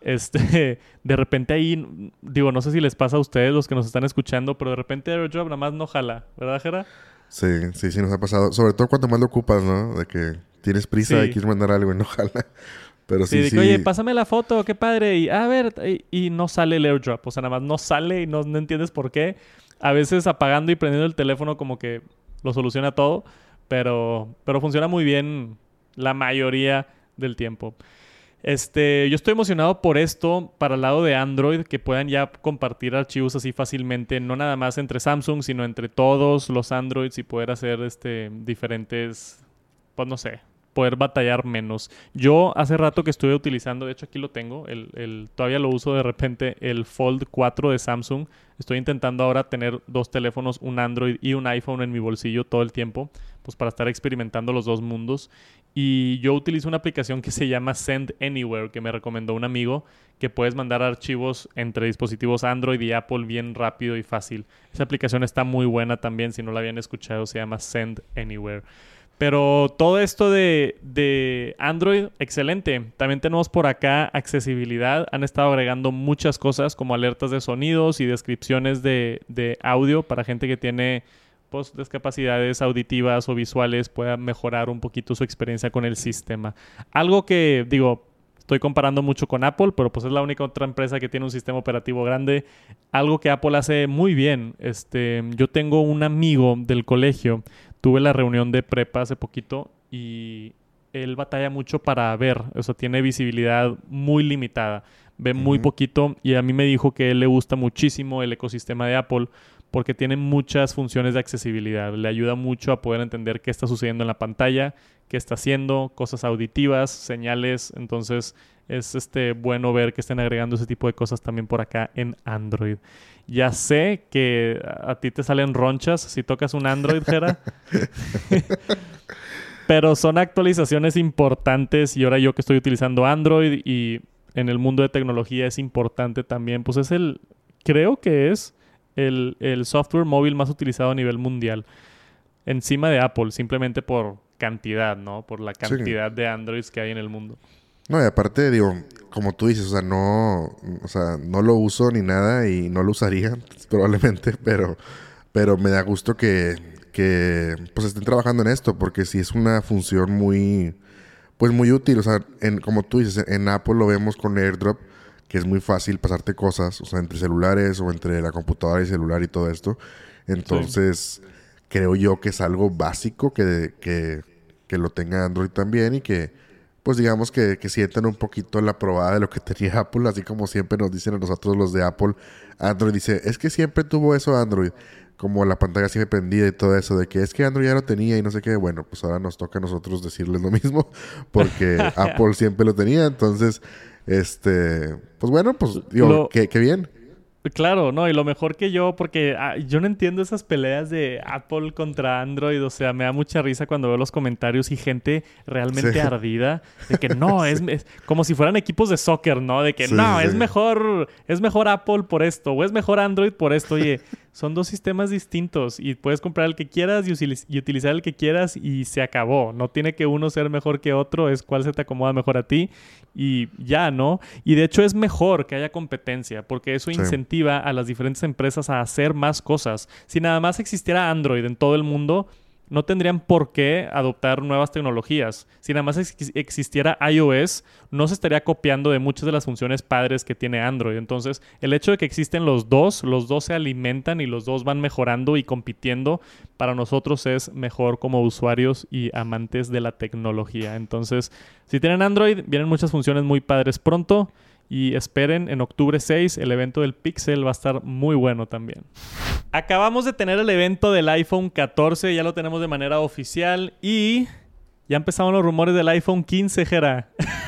Este, de repente ahí, digo, no sé si les pasa a ustedes, los que nos están escuchando, pero de repente AirDrop nada más no jala, ¿verdad, Jera? Sí, sí, sí nos ha pasado. Sobre todo cuando más lo ocupas, ¿no? De que tienes prisa sí. y quieres mandar algo y no jala. Pero sí, sí. De sí. que, oye, pásame la foto, qué padre. Y a ver, y, y no sale el AirDrop. O sea, nada más no sale y no, no entiendes por qué. A veces apagando y prendiendo el teléfono como que lo soluciona todo. Pero, pero funciona muy bien la mayoría del tiempo. Este, yo estoy emocionado por esto para el lado de Android, que puedan ya compartir archivos así fácilmente, no nada más entre Samsung, sino entre todos los Androids y poder hacer este, diferentes, pues no sé, poder batallar menos. Yo hace rato que estuve utilizando, de hecho aquí lo tengo, el, el, todavía lo uso de repente, el Fold cuatro de Samsung. Estoy intentando ahora tener dos teléfonos, un Android y un iPhone en mi bolsillo todo el tiempo, pues para estar experimentando los dos mundos. Y yo utilizo una aplicación que se llama Send Anywhere, que me recomendó un amigo, que puedes mandar archivos entre dispositivos Android y Apple bien rápido y fácil. Esa aplicación está muy buena también, si no la habían escuchado, se llama Send Anywhere. Pero todo esto de, de Android, excelente. También tenemos por acá accesibilidad. Han estado agregando muchas cosas como alertas de sonidos y descripciones de, de audio para gente que tiene pues, discapacidades auditivas o visuales, pueda mejorar un poquito su experiencia con el sistema. Algo que, digo, estoy comparando mucho con Apple, pero pues es la única otra empresa que tiene un sistema operativo grande. Algo que Apple hace muy bien. Este, yo tengo un amigo del colegio. Tuve la reunión de prepa hace poquito y él batalla mucho para ver. O sea, tiene visibilidad muy limitada. Ve muy uh-huh. poquito y a mí me dijo que a él le gusta muchísimo el ecosistema de Apple porque tiene muchas funciones de accesibilidad. Le ayuda mucho a poder entender qué está sucediendo en la pantalla, qué está haciendo, cosas auditivas, señales. Entonces es este, bueno ver que estén agregando ese tipo de cosas también por acá en Android. Ya sé que a ti te salen ronchas si tocas un Android, Jera. Pero son actualizaciones importantes y ahora yo que estoy utilizando Android y en el mundo de tecnología es importante también. Pues es el, creo que es el, el software móvil más utilizado a nivel mundial. Encima de Apple, simplemente por cantidad, ¿no? Por la cantidad sí. de Androids que hay en el mundo. No, y aparte, digo, como tú dices, o sea, no, o sea, no lo uso ni nada y no lo usaría probablemente, pero, pero me da gusto que, que pues estén trabajando en esto, porque sí es una función muy, pues muy útil, o sea, en, como tú dices, en Apple lo vemos con AirDrop, que es muy fácil pasarte cosas, o sea, entre celulares o entre la computadora y celular y todo esto, entonces sí. creo yo que es algo básico que, que, que lo tenga Android también y que pues digamos que, que sientan un poquito la probada de lo que tenía Apple, así como siempre nos dicen a nosotros los de Apple. Android dice, es que siempre tuvo eso Android, como la pantalla siempre prendida y todo eso, de que es que Android ya lo tenía y no sé qué. Bueno, pues ahora nos toca a nosotros decirles lo mismo, porque Apple siempre lo tenía. Entonces, este, pues bueno, pues digo, lo... qué, qué bien. Claro, no, y lo mejor que yo, porque ah, yo no entiendo esas peleas de Apple contra Android, o sea, me da mucha risa cuando veo los comentarios y gente realmente sí. ardida, de que no, sí. es, es como si fueran equipos de soccer, ¿no? De que sí, no, sí. es mejor, es mejor Apple por esto, o es mejor Android por esto. Oye, son dos sistemas distintos y puedes comprar el que quieras y, usil- y utilizar el que quieras y se acabó. No tiene que uno ser mejor que otro, es cuál se te acomoda mejor a ti y ya, ¿no? Y de hecho es mejor que haya competencia porque eso sí. incentiva a las diferentes empresas a hacer más cosas. Si nada más existiera Android en todo el mundo, no tendrían por qué adoptar nuevas tecnologías. Si nada más ex- existiera iOS, no se estaría copiando de muchas de las funciones padres que tiene Android. Entonces, el hecho de que existen los dos, los dos se alimentan y los dos van mejorando y compitiendo, para nosotros es mejor como usuarios y amantes de la tecnología. Entonces, si tienen Android, vienen muchas funciones muy padres pronto. Y esperen, en octubre seis, el evento del Pixel va a estar muy bueno también. Acabamos de tener el evento del iPhone catorce, ya lo tenemos de manera oficial y ya empezaron los rumores del iPhone quince, Jera.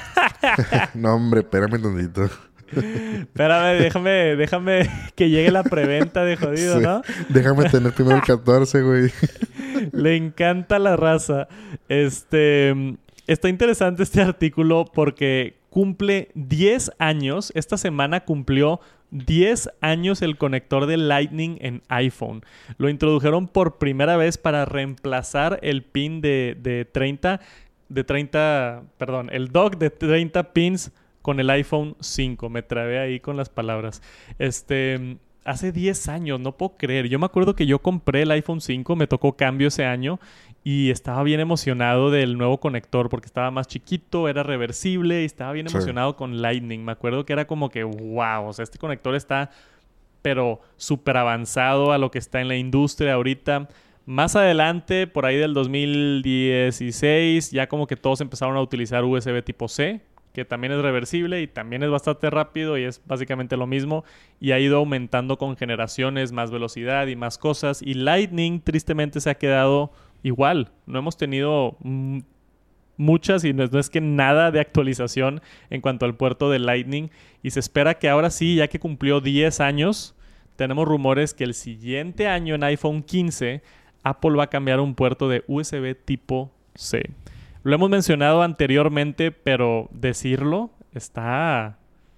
No, hombre, espérame tantito. Espérame, déjame, déjame que llegue la preventa de jodido, sí. ¿no? Déjame tener primero el catorce, güey. Le encanta la raza. Este, está interesante este artículo porque cumple diez años. Esta semana cumplió diez años el conector de Lightning en iPhone. Lo introdujeron por primera vez para reemplazar el pin de, de treinta, de treinta, perdón, el dock de treinta pins con el iPhone cinco. Me trabé ahí con las palabras. Este, hace diez años, no puedo creer. Yo me acuerdo que yo compré el iPhone cinco, me tocó cambio ese año y estaba bien emocionado del nuevo conector porque estaba más chiquito, era reversible y estaba bien emocionado sí. con Lightning. Me acuerdo que era como que, wow, o sea, este conector está pero súper avanzado a lo que está en la industria ahorita. Más adelante, por ahí del dos mil dieciséis, ya como que todos empezaron a utilizar U S B tipo C, que también es reversible y también es bastante rápido y es básicamente lo mismo. Y ha ido aumentando con generaciones, más velocidad y más cosas. Y Lightning tristemente se ha quedado igual. No hemos tenido mm, muchas y no es, no es que nada de actualización en cuanto al puerto de Lightning. Y se espera que ahora sí, ya que cumplió diez años, tenemos rumores que el siguiente año en iPhone quince... Apple va a cambiar un puerto de U S B tipo C. Lo hemos mencionado anteriormente, pero decirlo está...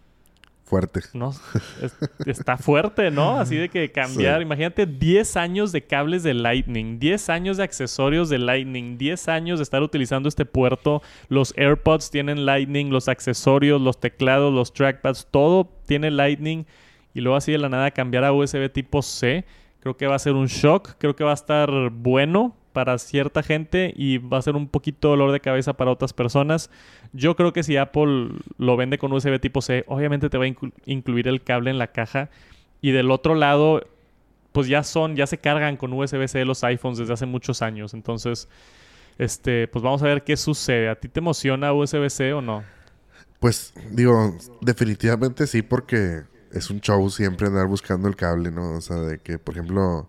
Fuerte. No, es, está fuerte, ¿no? Así de que cambiar... Sí. Imagínate diez años de cables de Lightning, diez años de accesorios de Lightning, diez años de estar utilizando este puerto. Los AirPods tienen Lightning, los accesorios, los teclados, los trackpads, todo tiene Lightning. Y luego así de la nada cambiar a U S B tipo C... Creo que va a ser un shock, creo que va a estar bueno para cierta gente y va a ser un poquito dolor de cabeza para otras personas. Yo creo que si Apple lo vende con U S B tipo C, obviamente te va a inclu- incluir el cable en la caja. Y del otro lado, pues ya son, ya se cargan con U S B C los iPhones desde hace muchos años. Entonces, este, pues vamos a ver qué sucede. ¿A ti te emociona U S B C o no? Pues, digo, definitivamente sí, porque... es un show siempre andar buscando el cable, ¿no? O sea, de que, por ejemplo,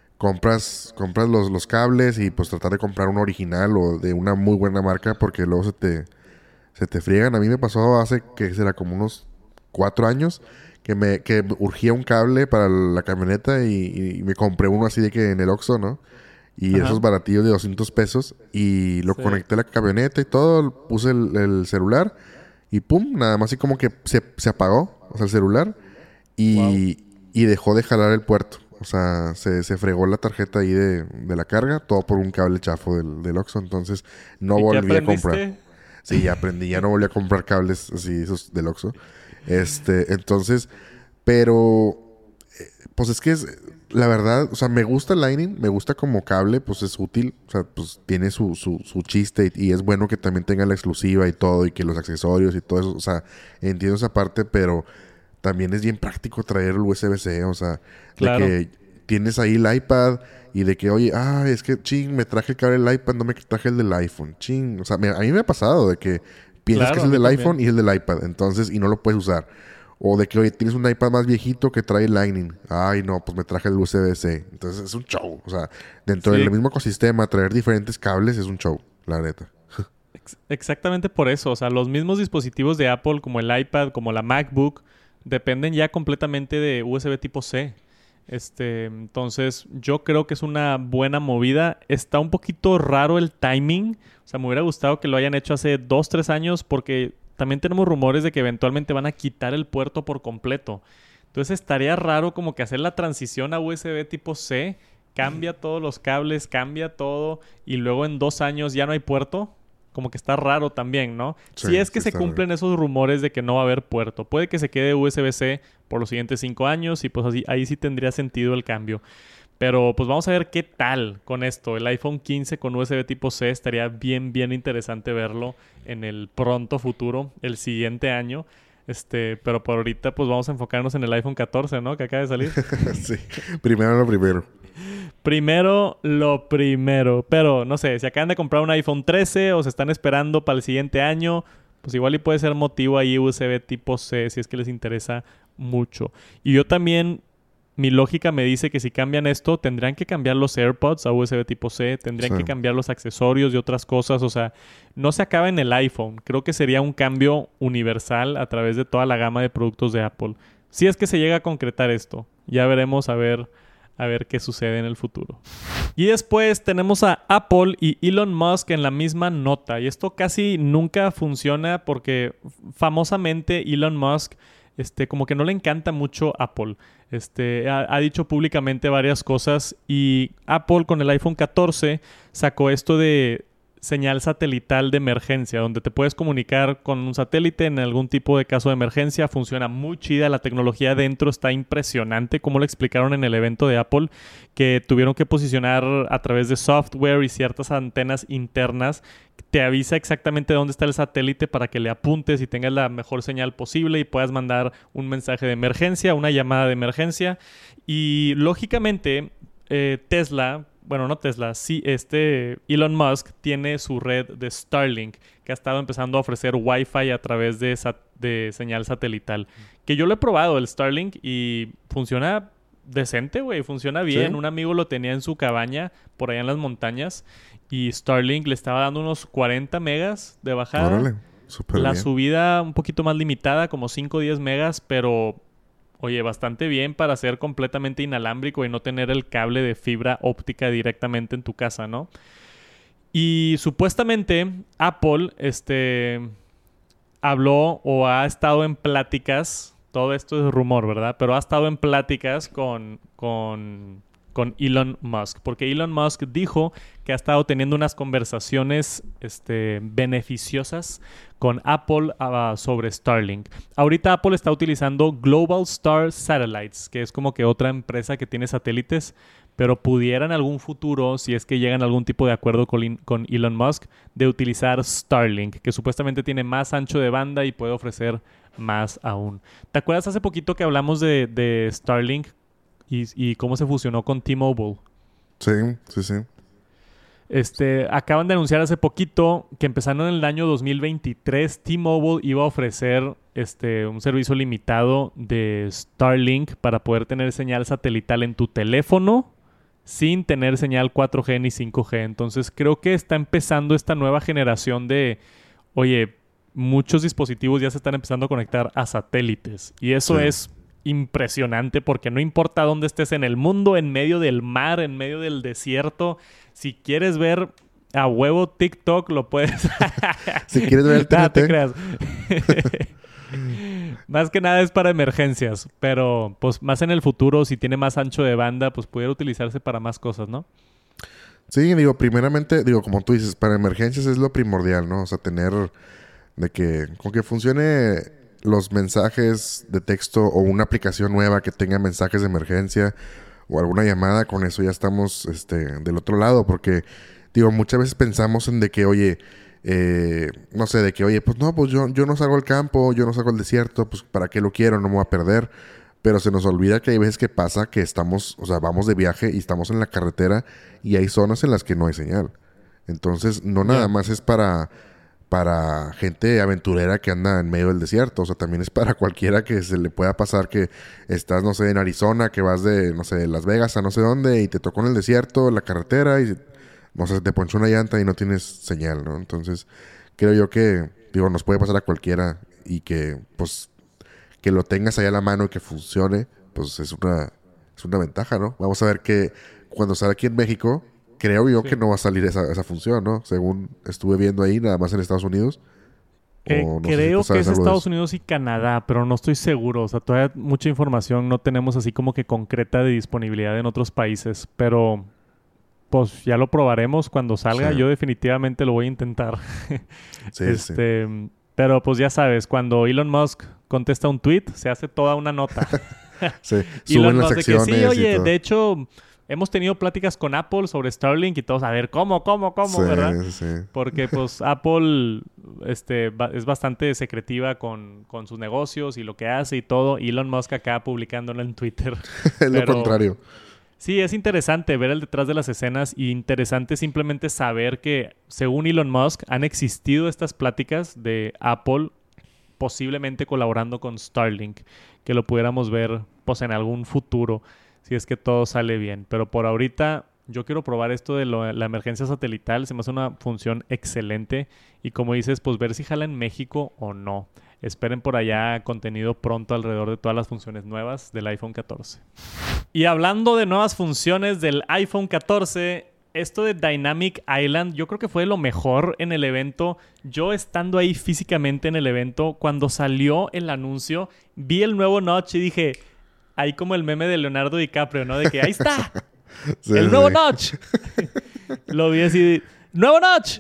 compras compras los, los cables y pues tratar de comprar uno original o de una muy buena marca porque luego se te, se te friegan. A mí me pasó hace, que será como unos cuatro años, que me que urgía un cable para la camioneta y, y me compré uno así de que en el Oxxo, ¿no? Y Ajá. esos baratillos de doscientos pesos y lo sí. conecté a la camioneta y todo, puse el, el celular y pum, nada más así como que se, se apagó, o sea, el celular. Y, wow. y dejó de jalar el puerto. O sea, se, se fregó la tarjeta ahí de, de la carga. Todo por un cable chafo del, del Oxxo. Entonces, no volví a comprar. Sí, ya aprendí. Ya no volví a comprar cables así, esos del Oxxo. Este, entonces... Pero... Pues es que es... La verdad, o sea, me gusta el Lightning. Me gusta como cable. Pues es útil. O sea, pues tiene su, su, su chiste. Y, y es bueno que también tenga la exclusiva y todo. Y que los accesorios y todo eso. O sea, entiendo esa parte, pero... También es bien práctico traer el U S B C, o sea, claro. de que tienes ahí el iPad y de que, oye, ah, es que, ching, me traje el cable del iPad, no me traje el del iPhone, ching. O sea, me, a mí me ha pasado de que piensas claro, que es el del también. iPhone y el del iPad, entonces, y no lo puedes usar. O de que, oye, tienes un iPad más viejito que trae Lightning. Ay, no, pues me traje el U S B C. Entonces, es un show. O sea, dentro sí. del mismo ecosistema, traer diferentes cables es un show, la neta. Ex- exactamente por eso. O sea, los mismos dispositivos de Apple, como el iPad, como la MacBook, dependen ya completamente de U S B tipo C. Este, entonces, yo creo que es una buena movida. Está un poquito raro el timing. O sea, me hubiera gustado que lo hayan hecho hace dos, tres años porque también tenemos rumores de que eventualmente van a quitar el puerto por completo. Entonces, estaría raro como que hacer la transición a U S B tipo C, cambia todos los cables, cambia todo y luego en dos años ya no hay puerto. Como que está raro también, ¿no? Sí, si es que sí se cumplen raro. Esos rumores de que no va a haber puerto. Puede que se quede U S B C por los siguientes cinco años y pues así, ahí sí tendría sentido el cambio. Pero pues vamos a ver qué tal con esto. El iPhone quince con U S B tipo C estaría bien, bien interesante verlo en el pronto futuro, el siguiente año. Este, pero por ahorita pues vamos a enfocarnos en el iPhone catorce, ¿no? Que acaba de salir. Sí, primero lo primero. Primero lo primero. Pero, no sé, si acaban de comprar un iPhone trece o se están esperando para el siguiente año, pues igual y puede ser motivo ahí U S B tipo C si es que les interesa mucho. Y yo también, mi lógica me dice que si cambian esto, tendrán que cambiar los AirPods a U S B tipo C, tendrían sí. que cambiar los accesorios y otras cosas. O sea, no se acaba en el iPhone. Creo que sería un cambio universal a través de toda la gama de productos de Apple. Si es que se llega a concretar esto. Ya veremos a ver... a ver qué sucede en el futuro. Y después tenemos a Apple y Elon Musk en la misma nota. Y esto casi nunca funciona porque famosamente Elon Musk este, como que no le encanta mucho Apple. Este, ha, ha dicho públicamente varias cosas y Apple con el iPhone catorce sacó esto de señal satelital de emergencia, donde te puedes comunicar con un satélite en algún tipo de caso de emergencia. Funciona muy chida. La tecnología dentro está impresionante, como lo explicaron en el evento de Apple, que tuvieron que posicionar a través de software y ciertas antenas internas. Te avisa exactamente dónde está el satélite para que le apuntes y tengas la mejor señal posible y puedas mandar un mensaje de emergencia, una llamada de emergencia. Y lógicamente... Eh, Tesla, bueno, no Tesla, sí, este Elon Musk tiene su red de Starlink, que ha estado empezando a ofrecer Wi-Fi a través de, sat- de señal satelital. Que yo lo he probado, el Starlink, y funciona decente, güey, funciona bien. Sí. Un amigo lo tenía en su cabaña, por allá en las montañas, y Starlink le estaba dando unos cuarenta megas de bajada. Órale, súper La bien. subida un poquito más limitada, como cinco o diez megas, pero oye, bastante bien para ser completamente inalámbrico y no tener el cable de fibra óptica directamente en tu casa, ¿no? Y supuestamente Apple, este, habló o ha estado en pláticas, todo esto es rumor, ¿verdad? Pero ha estado en pláticas con, con, con Elon Musk, porque Elon Musk dijo que ha estado teniendo unas conversaciones este, beneficiosas con Apple uh, sobre Starlink. Ahorita Apple está utilizando Global Star Satellites, que es como que otra empresa que tiene satélites, pero pudiera en algún futuro, si es que llegan a algún tipo de acuerdo con, con Elon Musk, de utilizar Starlink, que supuestamente tiene más ancho de banda y puede ofrecer más aún. ¿Te acuerdas hace poquito que hablamos de, de Starlink y, y cómo se fusionó con T-Mobile? Sí, sí, sí. Este, acaban de anunciar hace poquito que empezando en el año dos mil veintitrés, T-Mobile iba a ofrecer este, un servicio limitado de Starlink para poder tener señal satelital en tu teléfono sin tener señal cuatro G ni cinco G. Entonces creo que está empezando esta nueva generación de, oye, muchos dispositivos ya se están empezando a conectar a satélites. Y eso Sí. es impresionante porque no importa dónde estés en el mundo, en medio del mar, en medio del desierto, si quieres ver a huevo TikTok, lo puedes. Si quieres ver el Nada, te T N T. creas. Más que nada es para emergencias, pero pues más en el futuro, si tiene más ancho de banda, pues pudiera utilizarse para más cosas, ¿no? Sí, digo, primeramente, digo, como tú dices, para emergencias es lo primordial, ¿no? O sea, tener de que, con que funcione los mensajes de texto o una aplicación nueva que tenga mensajes de emergencia o alguna llamada, con eso ya estamos este, del otro lado, porque, digo, muchas veces pensamos en de que, oye, eh, no sé, de que, oye, pues no, pues yo, yo no salgo al campo, yo no salgo al desierto, pues ¿para qué lo quiero? No me voy a perder. Pero se nos olvida que hay veces que pasa que estamos, o sea, vamos de viaje y estamos en la carretera y hay zonas en las que no hay señal. Entonces, no nada Ya. más es para, para gente aventurera que anda en medio del desierto. O sea, también es para cualquiera que se le pueda pasar que estás, no sé, en Arizona, que vas de, no sé, de Las Vegas a no sé dónde y te tocó en el desierto, en la carretera y, no sé, te ponchó una llanta y no tienes señal, ¿no? Entonces, creo yo que, digo, nos puede pasar a cualquiera y que, pues, que lo tengas ahí a la mano y que funcione, pues es una, es una ventaja, ¿no? Vamos a ver que cuando sale aquí en México, creo yo Sí. que no va a salir esa, esa función, ¿no? Según estuve viendo ahí, nada más en Estados Unidos. Eh, O no sé si creo tú que sabes es algo de Estados eso. Unidos y Canadá, pero no estoy seguro. O sea, todavía mucha información no tenemos así como que concreta de disponibilidad en otros países. Pero, pues ya lo probaremos cuando salga. Sí. Yo definitivamente lo voy a intentar. Sí, sí. este, pero pues ya sabes, cuando Elon Musk contesta un tweet, se hace toda una nota. Sí, Elon suben las Musk de que secciones sí, y oye, todo. de hecho, hemos tenido pláticas con Apple sobre Starlink y todos, a ver, ¿cómo, cómo, cómo, Sí, verdad? sí, sí. Porque pues Apple este, ba- es bastante secretiva con, con sus negocios y lo que hace y todo. Elon Musk acá publicándolo en Twitter. Es lo Pero contrario. sí, es interesante ver el detrás de las escenas y interesante simplemente saber que, según Elon Musk, han existido estas pláticas de Apple posiblemente colaborando con Starlink, que lo pudiéramos ver pues en algún futuro, si es que todo sale bien. Pero por ahorita yo quiero probar esto de lo- la emergencia satelital, se me hace una función excelente y como dices, pues ver si jala en México o no. Esperen por allá contenido pronto alrededor de todas las funciones nuevas del iPhone catorce. Y hablando de nuevas funciones del iPhone catorce, esto de Dynamic Island yo creo que fue lo mejor en el evento. Yo estando ahí físicamente en el evento, cuando salió el anuncio, vi el nuevo notch y dije, ahí como el meme de Leonardo DiCaprio, ¿no? De que ahí está, Sí, el sí. nuevo notch. Lo vi así, ¡nuevo notch!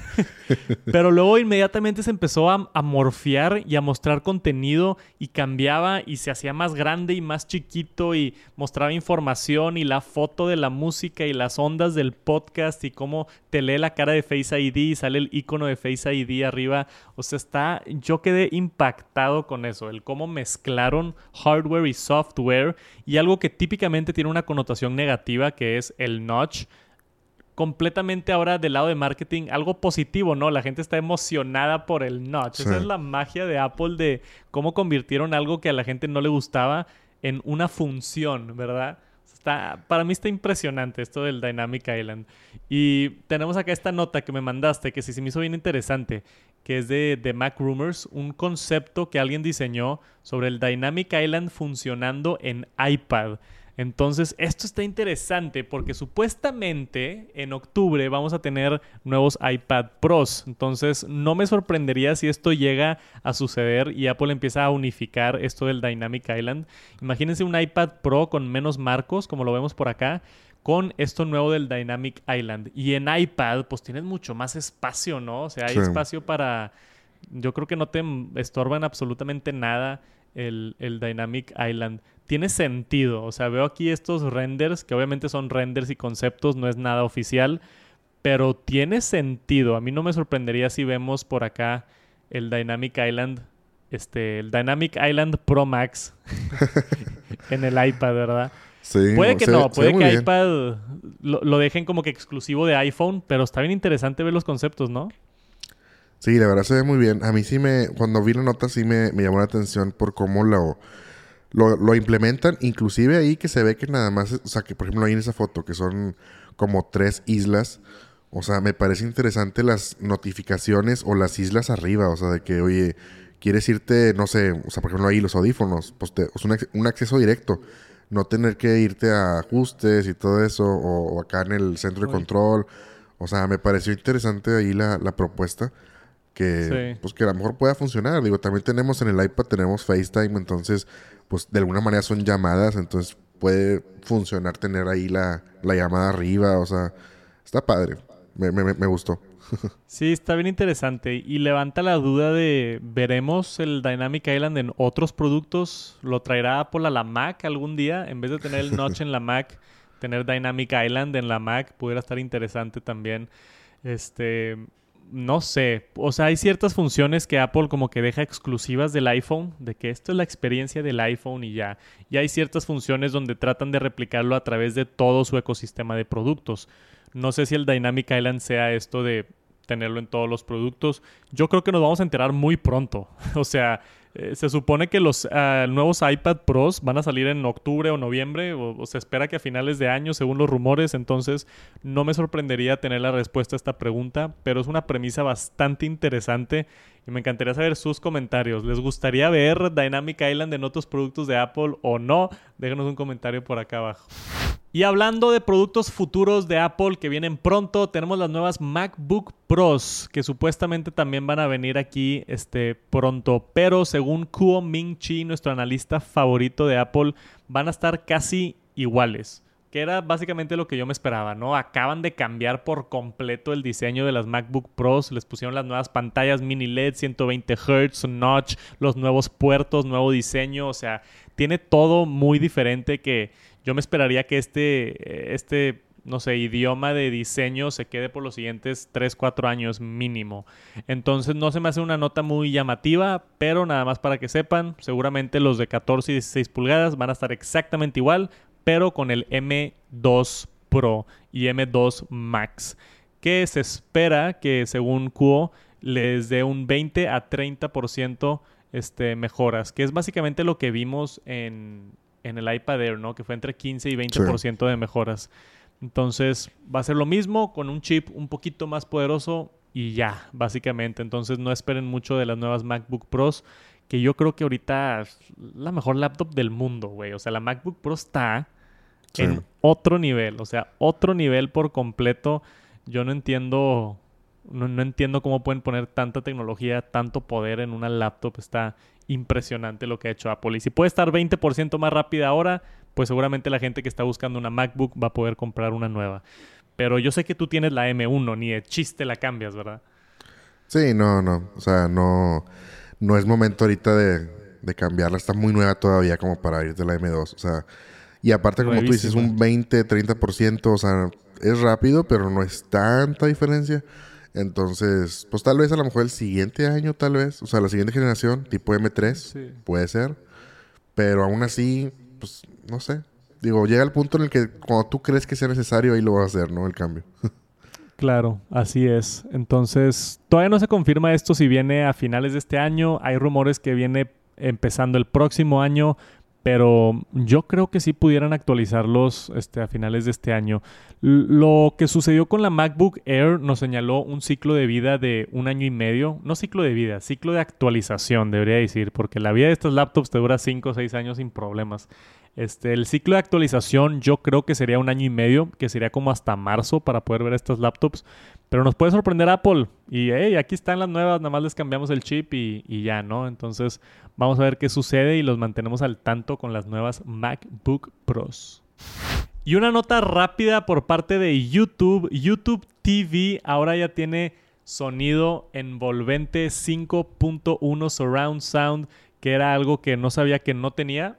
Pero luego inmediatamente se empezó a, a morfear y a mostrar contenido y cambiaba y se hacía más grande y más chiquito y mostraba información y la foto de la música y las ondas del podcast y cómo te lee la cara de Face I D y sale el icono de Face I D arriba. O sea, está... Yo quedé impactado con eso, el cómo mezclaron hardware y software y algo que típicamente tiene una connotación negativa que es el notch. completamente ahora del lado de marketing, algo positivo, ¿no? La gente está emocionada por el notch. Sí. Esa es la magia de Apple, de cómo convirtieron algo que a la gente no le gustaba en una función, ¿verdad? Está, para mí está impresionante esto del Dynamic Island. Y tenemos acá esta nota que me mandaste, que sí se me hizo bien interesante, que es de, de Mac Rumors, un concepto que alguien diseñó sobre el Dynamic Island funcionando en iPad. Entonces, esto está interesante porque supuestamente en octubre vamos a tener nuevos iPad Pros. Entonces, no me sorprendería si esto llega a suceder y Apple empieza a unificar esto del Dynamic Island. Imagínense un iPad Pro con menos marcos, como lo vemos por acá, con esto nuevo del Dynamic Island. Y en iPad, pues tienes mucho más espacio, ¿no? O sea, hay sí. espacio para... Yo creo que no te estorban absolutamente nada el, el Dynamic Island. Tiene sentido. O sea, veo aquí estos renders, que obviamente son renders y conceptos, no es nada oficial, pero tiene sentido. A mí no me sorprendería si vemos por acá el Dynamic Island, este, el Dynamic Island Pro Max en el iPad, ¿verdad? Sí, puede que se, no, puede que bien. iPad lo, lo dejen como que exclusivo de iPhone, pero está bien interesante ver los conceptos, ¿no? Sí, la verdad se ve muy bien. A mí sí me, cuando vi la nota sí me, me llamó la atención por cómo lo, lo, lo implementan. Inclusive ahí que se ve que nada más, o sea, que por ejemplo ahí en esa foto que son como tres islas. O sea, me parece interesante las notificaciones o las islas arriba. O sea, de que, oye, quieres irte, no sé, o sea, por ejemplo ahí los audífonos, pues te, es un, un acceso directo. No tener que irte a ajustes y todo eso, o, o acá en el centro de control. O sea, me pareció interesante ahí la, la propuesta. Que, sí. pues que a lo mejor pueda funcionar. Digo, también tenemos en el iPad, tenemos FaceTime, entonces, pues de alguna manera son llamadas, entonces puede funcionar tener ahí la, la llamada arriba. O sea, está padre. Me, me, me gustó. Sí, está bien interesante. Y levanta la duda de, ¿veremos el Dynamic Island en otros productos? ¿Lo traerá Apple a la Mac algún día? En vez de tener el notch en la Mac, tener Dynamic Island en la Mac pudiera estar interesante también. Este, no sé. O sea, hay ciertas funciones que Apple como que deja exclusivas del iPhone, de que esto es la experiencia del iPhone y ya. Y hay ciertas funciones donde tratan de replicarlo a través de todo su ecosistema de productos. No sé si el Dynamic Island sea esto de tenerlo en todos los productos. Yo creo que nos vamos a enterar muy pronto. O sea, eh, se supone que los uh, nuevos iPad Pros van a salir en octubre o noviembre, o, o se espera que a finales de año, según los rumores. Entonces, no me sorprendería tener la respuesta a esta pregunta, pero es una premisa bastante interesante y me encantaría saber sus comentarios. ¿Les gustaría ver Dynamic Island en otros productos de Apple o no? Déjenos un comentario por acá abajo. Y hablando de productos futuros de Apple que vienen pronto, tenemos las nuevas MacBook Pros que supuestamente también van a venir aquí este, pronto. Pero según Kuo Ming Chi, nuestro analista favorito de Apple, van a estar casi iguales. Que era básicamente lo que yo me esperaba, ¿no? Acaban de cambiar por completo el diseño de las MacBook Pros. Les pusieron las nuevas pantallas mini L E D, ciento veinte hertz, notch, los nuevos puertos, nuevo diseño. O sea, tiene todo muy diferente que... Yo me esperaría que este, este, no sé, idioma de diseño se quede por los siguientes tres, cuatro años mínimo. Entonces no se me hace una nota muy llamativa, pero nada más para que sepan, seguramente los de catorce y dieciséis pulgadas van a estar exactamente igual, pero con el M dos Pro y M dos Max, que se espera que según Kuo les dé un veinte a treinta por ciento este, mejoras, que es básicamente lo que vimos en... en el iPad Air, ¿no? Que fue entre quince y veinte por ciento sí. de mejoras. Entonces, va a ser lo mismo con un chip un poquito más poderoso y ya, básicamente. Entonces, no esperen mucho de las nuevas MacBook Pros, que yo creo que ahorita es la mejor laptop del mundo, güey. O sea, la MacBook Pro está sí. en otro nivel. O sea, otro nivel por completo. Yo no entiendo... No, no entiendo cómo pueden poner tanta tecnología, tanto poder en una laptop. Está impresionante lo que ha hecho Apple. Y si puede estar veinte por ciento más rápida ahora, pues seguramente la gente que está buscando una MacBook va a poder comprar una nueva. Pero yo sé que tú tienes la M uno, ni de chiste la cambias, ¿verdad? Sí, no, no. O sea, no, no es momento ahorita de, de cambiarla. Está muy nueva todavía como para irte a la M dos. O sea, y aparte, como Nuevísima. Tú dices, un veinte, treinta por ciento. O sea, es rápido, pero no es tanta diferencia. Entonces, pues tal vez a lo mejor el siguiente año, tal vez. O sea, la siguiente generación, tipo M tres, sí. puede ser. Pero aún así, pues, no sé. Digo, llega el punto en el que cuando tú crees que sea necesario, ahí lo vas a hacer, ¿no? El cambio. Claro, así es. Entonces, todavía no se confirma esto si viene a finales de este año. Hay rumores que viene empezando el próximo año, pero yo creo que sí pudieran actualizarlos este, a finales de este año. L- lo que sucedió con la MacBook Air nos señaló un ciclo de vida de un año y medio. No ciclo de vida, ciclo de actualización, debería decir, porque la vida de estas laptops te dura cinco o seis años sin problemas. Este, el ciclo de actualización yo creo que sería un año y medio, que sería como hasta marzo para poder ver estas laptops. Pero nos puede sorprender Apple. Y hey, aquí están las nuevas, nada más les cambiamos el chip y, y ya, ¿no? Entonces vamos a ver qué sucede y los mantenemos al tanto con las nuevas MacBook Pros. Y una nota rápida por parte de YouTube. YouTube T V ahora ya tiene sonido envolvente cinco punto uno Surround Sound, que era algo que no sabía que no tenía.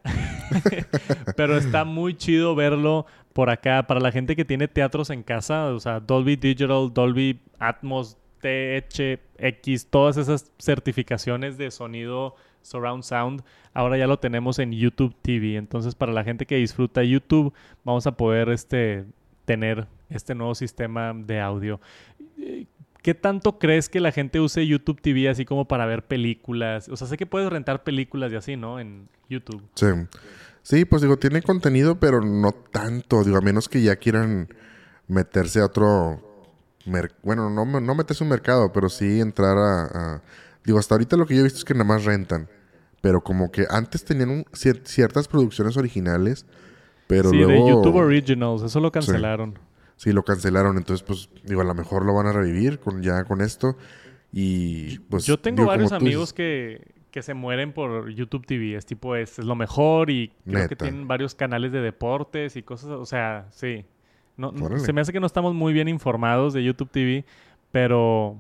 Pero está muy chido verlo por acá. Para la gente que tiene teatros en casa, o sea, Dolby Digital, Dolby Atmos, T H X, todas esas certificaciones de sonido Surround Sound, ahora ya lo tenemos en YouTube T V. Entonces, para la gente que disfruta YouTube, vamos a poder este, tener este nuevo sistema de audio. ¿Qué tanto crees que la gente use YouTube T V así como para ver películas? O sea, sé que puedes rentar películas y así, ¿no? En YouTube. Sí. Sí, pues digo, tiene contenido, pero no tanto. Digo, a menos que ya quieran meterse a otro... Mer- bueno, no, no meterse a un mercado, pero sí entrar a, a... Digo, hasta ahorita lo que yo he visto es que nada más rentan. Pero como que antes tenían un, cier- ciertas producciones originales, pero sí, luego... de YouTube Originals. Eso lo cancelaron. Sí. Sí, lo cancelaron. Entonces, pues, digo, a lo mejor lo van a revivir con, ya con esto. Y, pues... Yo tengo digo, varios como tú amigos dices, que, que se mueren por YouTube T V. Es tipo, es, es lo mejor y creo que neta. tienen varios canales de deportes y cosas. O sea, sí. No, no- Órale. se me hace que no estamos muy bien informados de YouTube T V, pero...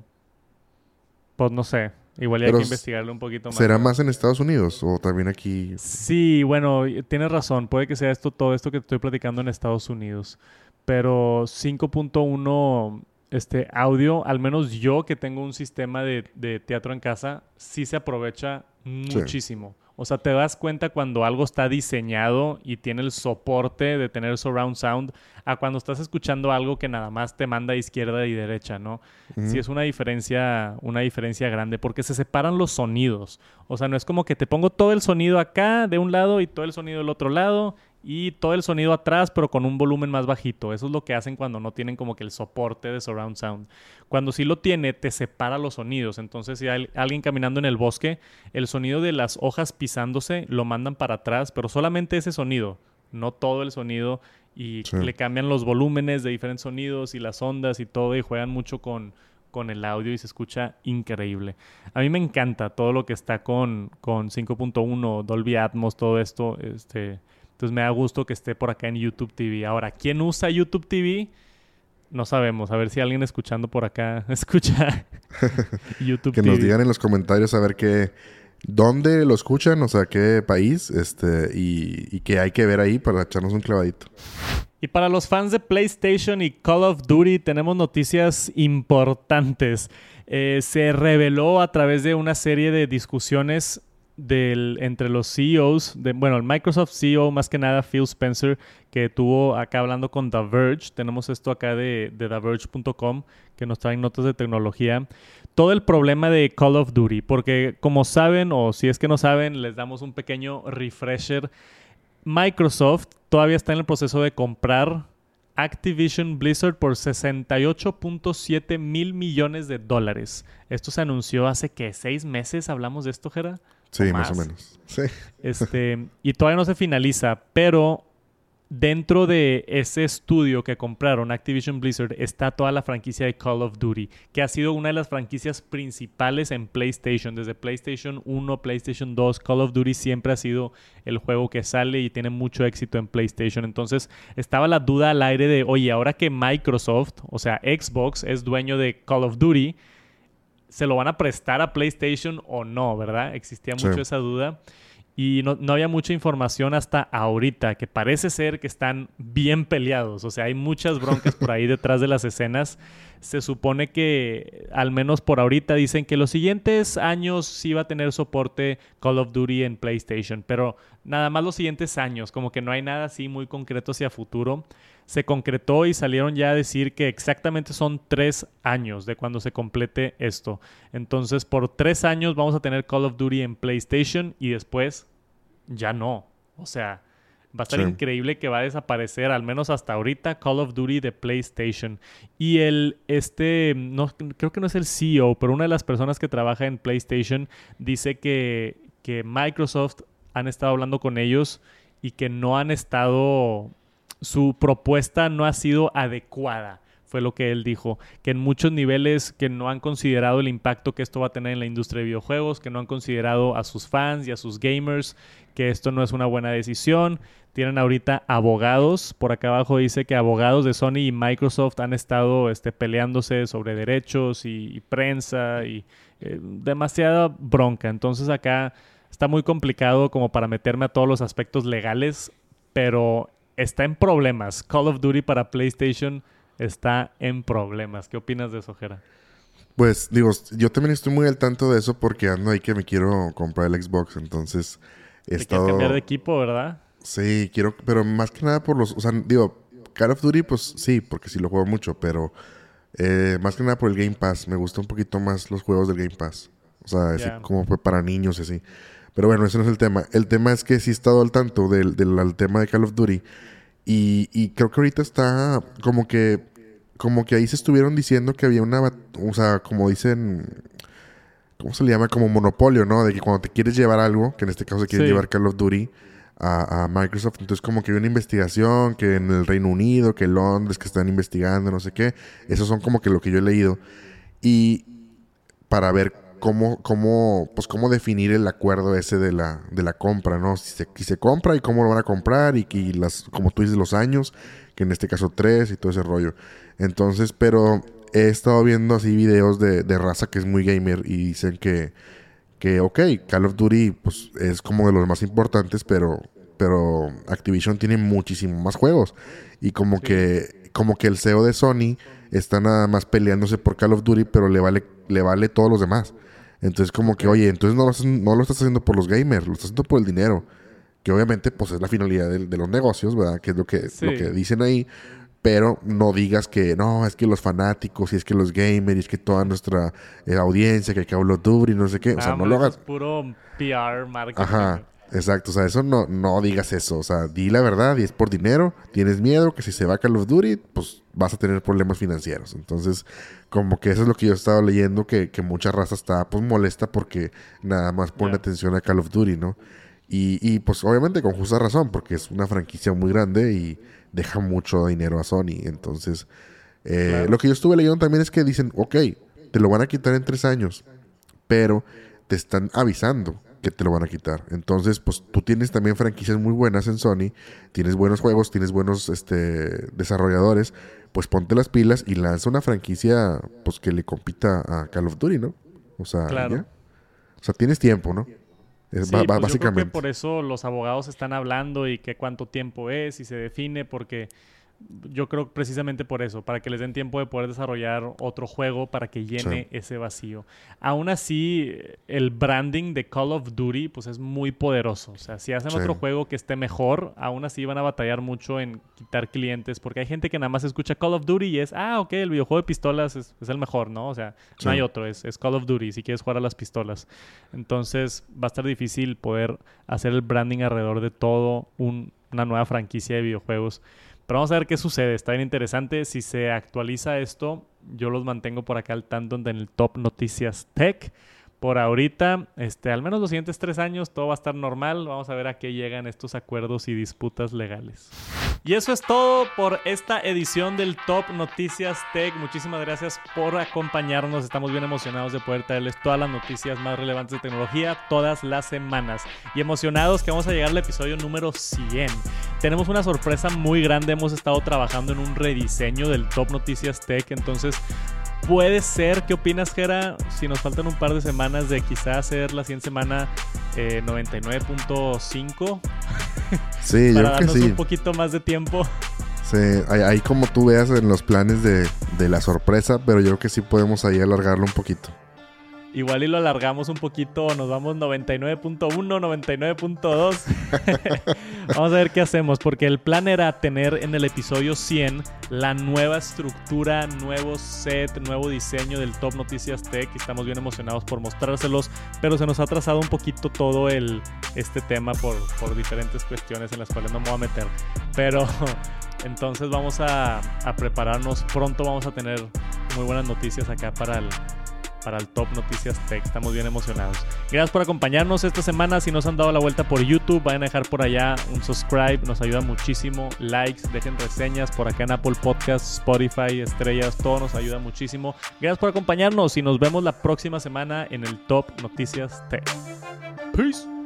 Pues no sé. Igual hay Pero que s- investigarle un poquito más. ¿Será más en Estados Unidos o también aquí? Sí, bueno, y- tienes razón. Puede que sea esto, todo esto que te estoy platicando en Estados Unidos. Pero cinco punto uno este, audio, al menos yo que tengo un sistema de, de teatro en casa, sí se aprovecha Sí. muchísimo. O sea, te das cuenta cuando algo está diseñado y tiene el soporte de tener surround sound a cuando estás escuchando algo que nada más te manda a izquierda y derecha, ¿no? Sí Ujú. es una diferencia, una diferencia grande porque se separan los sonidos. O sea, no es como que te pongo todo el sonido acá de un lado y todo el sonido del otro lado y todo el sonido atrás, pero con un volumen más bajito. Eso es lo que hacen cuando no tienen como que el soporte de surround sound. Cuando sí lo tiene, te separa los sonidos. Entonces, si hay alguien caminando en el bosque, el sonido de las hojas pisándose lo mandan para atrás, pero solamente ese sonido, no todo el sonido. Y Sí. le cambian los volúmenes de diferentes sonidos y las ondas y todo, y juegan mucho con, con el audio y se escucha increíble. A mí me encanta todo lo que está con, con cinco punto uno, Dolby Atmos, todo esto. Este, entonces me da gusto que esté por acá en YouTube T V. Ahora, ¿quién usa YouTube T V? No sabemos. A ver si alguien escuchando por acá escucha YouTube Que T V. nos digan en los comentarios a ver qué, dónde lo escuchan, o sea, qué país, este, y, y qué hay que ver ahí para echarnos un clavadito. Y para los fans de PlayStation y Call of Duty tenemos noticias importantes. Eh, se reveló a través de una serie de discusiones del, entre los C E Os, de, bueno, el Microsoft C E O más que nada, Phil Spencer, que estuvo acá hablando con The Verge. Tenemos esto acá de, de the verge punto com, que nos traen notas de tecnología. Todo el problema de Call of Duty, porque como saben, o si es que no saben, les damos un pequeño refresher. Microsoft todavía está en el proceso de comprar Activision Blizzard por sesenta y ocho punto siete mil millones de dólares. Esto se anunció hace, ¿qué? ¿Seis meses hablamos de esto, Jera? Sí, ¿O más o más? menos. Sí. Este, y todavía no se finaliza, pero dentro de ese estudio que compraron Activision Blizzard está toda la franquicia de Call of Duty, que ha sido una de las franquicias principales en PlayStation. Desde PlayStation uno, PlayStation dos, Call of Duty siempre ha sido el juego que sale y tiene mucho éxito en PlayStation. Entonces estaba la duda al aire de, oye, ahora que Microsoft, o sea, Xbox, es dueño de Call of Duty, ¿se lo van a prestar a PlayStation o no, verdad? Existía mucho Sí. esa duda. Y no, no había mucha información hasta ahorita, que parece ser que están bien peleados. O sea, hay muchas broncas por ahí detrás de las escenas. Se supone que, al menos por ahorita, dicen que los siguientes años sí va a tener soporte Call of Duty en PlayStation. Pero nada más los siguientes años, como que no hay nada así muy concreto hacia futuro. se concretó y salieron ya a decir que exactamente son tres años de cuando se complete esto. Entonces, por tres años vamos a tener Call of Duty en PlayStation y después ya no. O sea, va a estar sí. increíble que va a desaparecer, al menos hasta ahorita, Call of Duty de PlayStation. Y el, este, no, creo que no es el C E O, pero una de las personas que trabaja en PlayStation dice que, que Microsoft han estado hablando con ellos y que no han estado... Su propuesta no ha sido adecuada, fue lo que él dijo. Que en muchos niveles que no han considerado el impacto que esto va a tener en la industria de videojuegos, que no han considerado a sus fans y a sus gamers, que esto no es una buena decisión. Tienen ahorita abogados. Por acá abajo dice que abogados de Sony y Microsoft han estado este, peleándose sobre derechos y, y prensa y eh, demasiada bronca. Entonces acá está muy complicado como para meterme a todos los aspectos legales, pero... está en problemas. Call of Duty para PlayStation está en problemas. ¿Qué opinas de eso, Jera? Pues, digo, yo también estoy muy al tanto de eso porque ando ahí que me quiero comprar el Xbox. Entonces, he Te estado... quieres cambiar de equipo, ¿verdad? Sí, quiero... Pero más que nada por los... O sea, digo, Call of Duty, pues sí, porque sí lo juego mucho. Pero eh, más que nada por el Game Pass. Me gustan un poquito más los juegos del Game Pass. O sea, yeah. así como fue para niños y así. Pero bueno, ese no es el tema. El tema es que sí he estado al tanto del, del, del tema de Call of Duty. Y, y creo que ahorita está como que... Como que ahí se estuvieron diciendo que había una... O sea, como dicen... ¿Cómo se le llama? Como monopolio, ¿no? De que cuando te quieres llevar algo, que en este caso se quiere sí. llevar Call of Duty a, a Microsoft. Entonces como que hay una investigación que en el Reino Unido, que en Londres, que están investigando, no sé qué. Esos son como que lo que yo he leído. Y para ver... Cómo, cómo, pues cómo definir el acuerdo ese de la, de la compra, ¿no? Si se, si se compra y cómo lo van a comprar y, y las, como tú dices, los años, que en este caso tres y todo ese rollo. Entonces, pero he estado viendo así videos de, de raza que es muy gamer y dicen que, que ok, Call of Duty pues es como de los más importantes, pero, pero Activision tiene muchísimos más juegos. Y como sí. que, como que el C E O de Sony está nada más peleándose por Call of Duty, pero le vale, le vale todos los demás. Entonces como que, oye, entonces no lo, no lo estás haciendo por los gamers, lo estás haciendo por el dinero. Que obviamente pues es la finalidad de, de los negocios, ¿verdad? Que es lo que, sí. lo que dicen ahí. Pero no digas que, no, es que los fanáticos, y es que los gamers, y es que toda nuestra eh, audiencia, que Call of Duty, no sé qué. O sea, no lo hagas. Es puro P R, marketing. Ajá, exacto. O sea, eso no, no digas eso. O sea, di la verdad y es por dinero. Tienes miedo que si se va Call of Duty, pues vas a tener problemas financieros. Entonces, como que eso es lo que yo estaba leyendo, que, que mucha raza está pues molesta porque nada más pone yeah. atención a Call of Duty, ¿no? Y, y pues obviamente con justa razón, porque es una franquicia muy grande y deja mucho dinero a Sony. Entonces, eh, claro. lo que yo estuve leyendo también es que dicen, ok, te lo van a quitar en tres años, pero te están avisando que te lo van a quitar. Entonces, pues tú tienes también franquicias muy buenas en Sony, tienes buenos juegos, tienes buenos este, desarrolladores, pues ponte las pilas y lanza una franquicia pues que le compita a Call of Duty, ¿no? O sea, claro. ¿ya? O sea, tienes tiempo, ¿no? Es sí, ba- pues básicamente. Yo creo que por eso los abogados están hablando y que cuánto tiempo es y se define, porque yo creo precisamente por eso, para que les den tiempo de poder desarrollar otro juego para que llene sí. ese vacío. Aún así, el branding de Call of Duty pues es muy poderoso. O sea, si hacen sí. otro juego que esté mejor, aún así van a batallar mucho en quitar clientes, porque hay gente que nada más escucha Call of Duty y es, ah, ok, el videojuego de pistolas es, es el mejor, ¿no? O sea, sí. no hay otro, es, es Call of Duty si quieres jugar a las pistolas. Entonces va a estar difícil poder hacer el branding alrededor de todo un, una nueva franquicia de videojuegos. Pero vamos a ver qué sucede. Está bien interesante. Si se actualiza esto, yo los mantengo por acá al tanto en el Top Noticias Tech. Por ahorita, este, al menos los siguientes tres años, todo va a estar normal. Vamos a ver a qué llegan estos acuerdos y disputas legales. Y eso es todo por esta edición del Top Noticias Tech. Muchísimas gracias por acompañarnos. Estamos bien emocionados de poder traerles todas las noticias más relevantes de tecnología todas las semanas. Y emocionados que vamos a llegar al episodio número cien. Tenemos una sorpresa muy grande. Hemos estado trabajando en un rediseño del Top Noticias Tech. Entonces, puede ser, ¿qué opinas, Jera? Si nos faltan un par de semanas de quizás hacer la siguiente semana eh, noventa y nueve punto cinco. Sí, yo para creo que darnos sí. un poquito más de tiempo. Sí, ahí, ahí como tú veas en los planes de, de la sorpresa, pero yo creo que sí podemos ahí alargarlo un poquito. igual y lo alargamos un poquito, nos vamos noventa y nueve punto uno, noventa y nueve punto dos. Vamos a ver qué hacemos, porque el plan era tener en el episodio cien la nueva estructura, nuevo set, nuevo diseño del Top Noticias Tech, y estamos bien emocionados por mostrárselos, pero se nos ha atrasado un poquito todo el, este tema por, por diferentes cuestiones en las cuales no me voy a meter, pero entonces vamos a, a prepararnos, pronto vamos a tener muy buenas noticias acá para el para el Top Noticias Tech. Estamos bien emocionados. Gracias por acompañarnos esta semana. Si nos han dado la vuelta por YouTube, vayan a dejar por allá un subscribe. Nos ayuda muchísimo. Likes, dejen reseñas por acá en Apple Podcasts, Spotify, estrellas. Todo nos ayuda muchísimo. Gracias por acompañarnos y nos vemos la próxima semana en el Top Noticias Tech. Peace.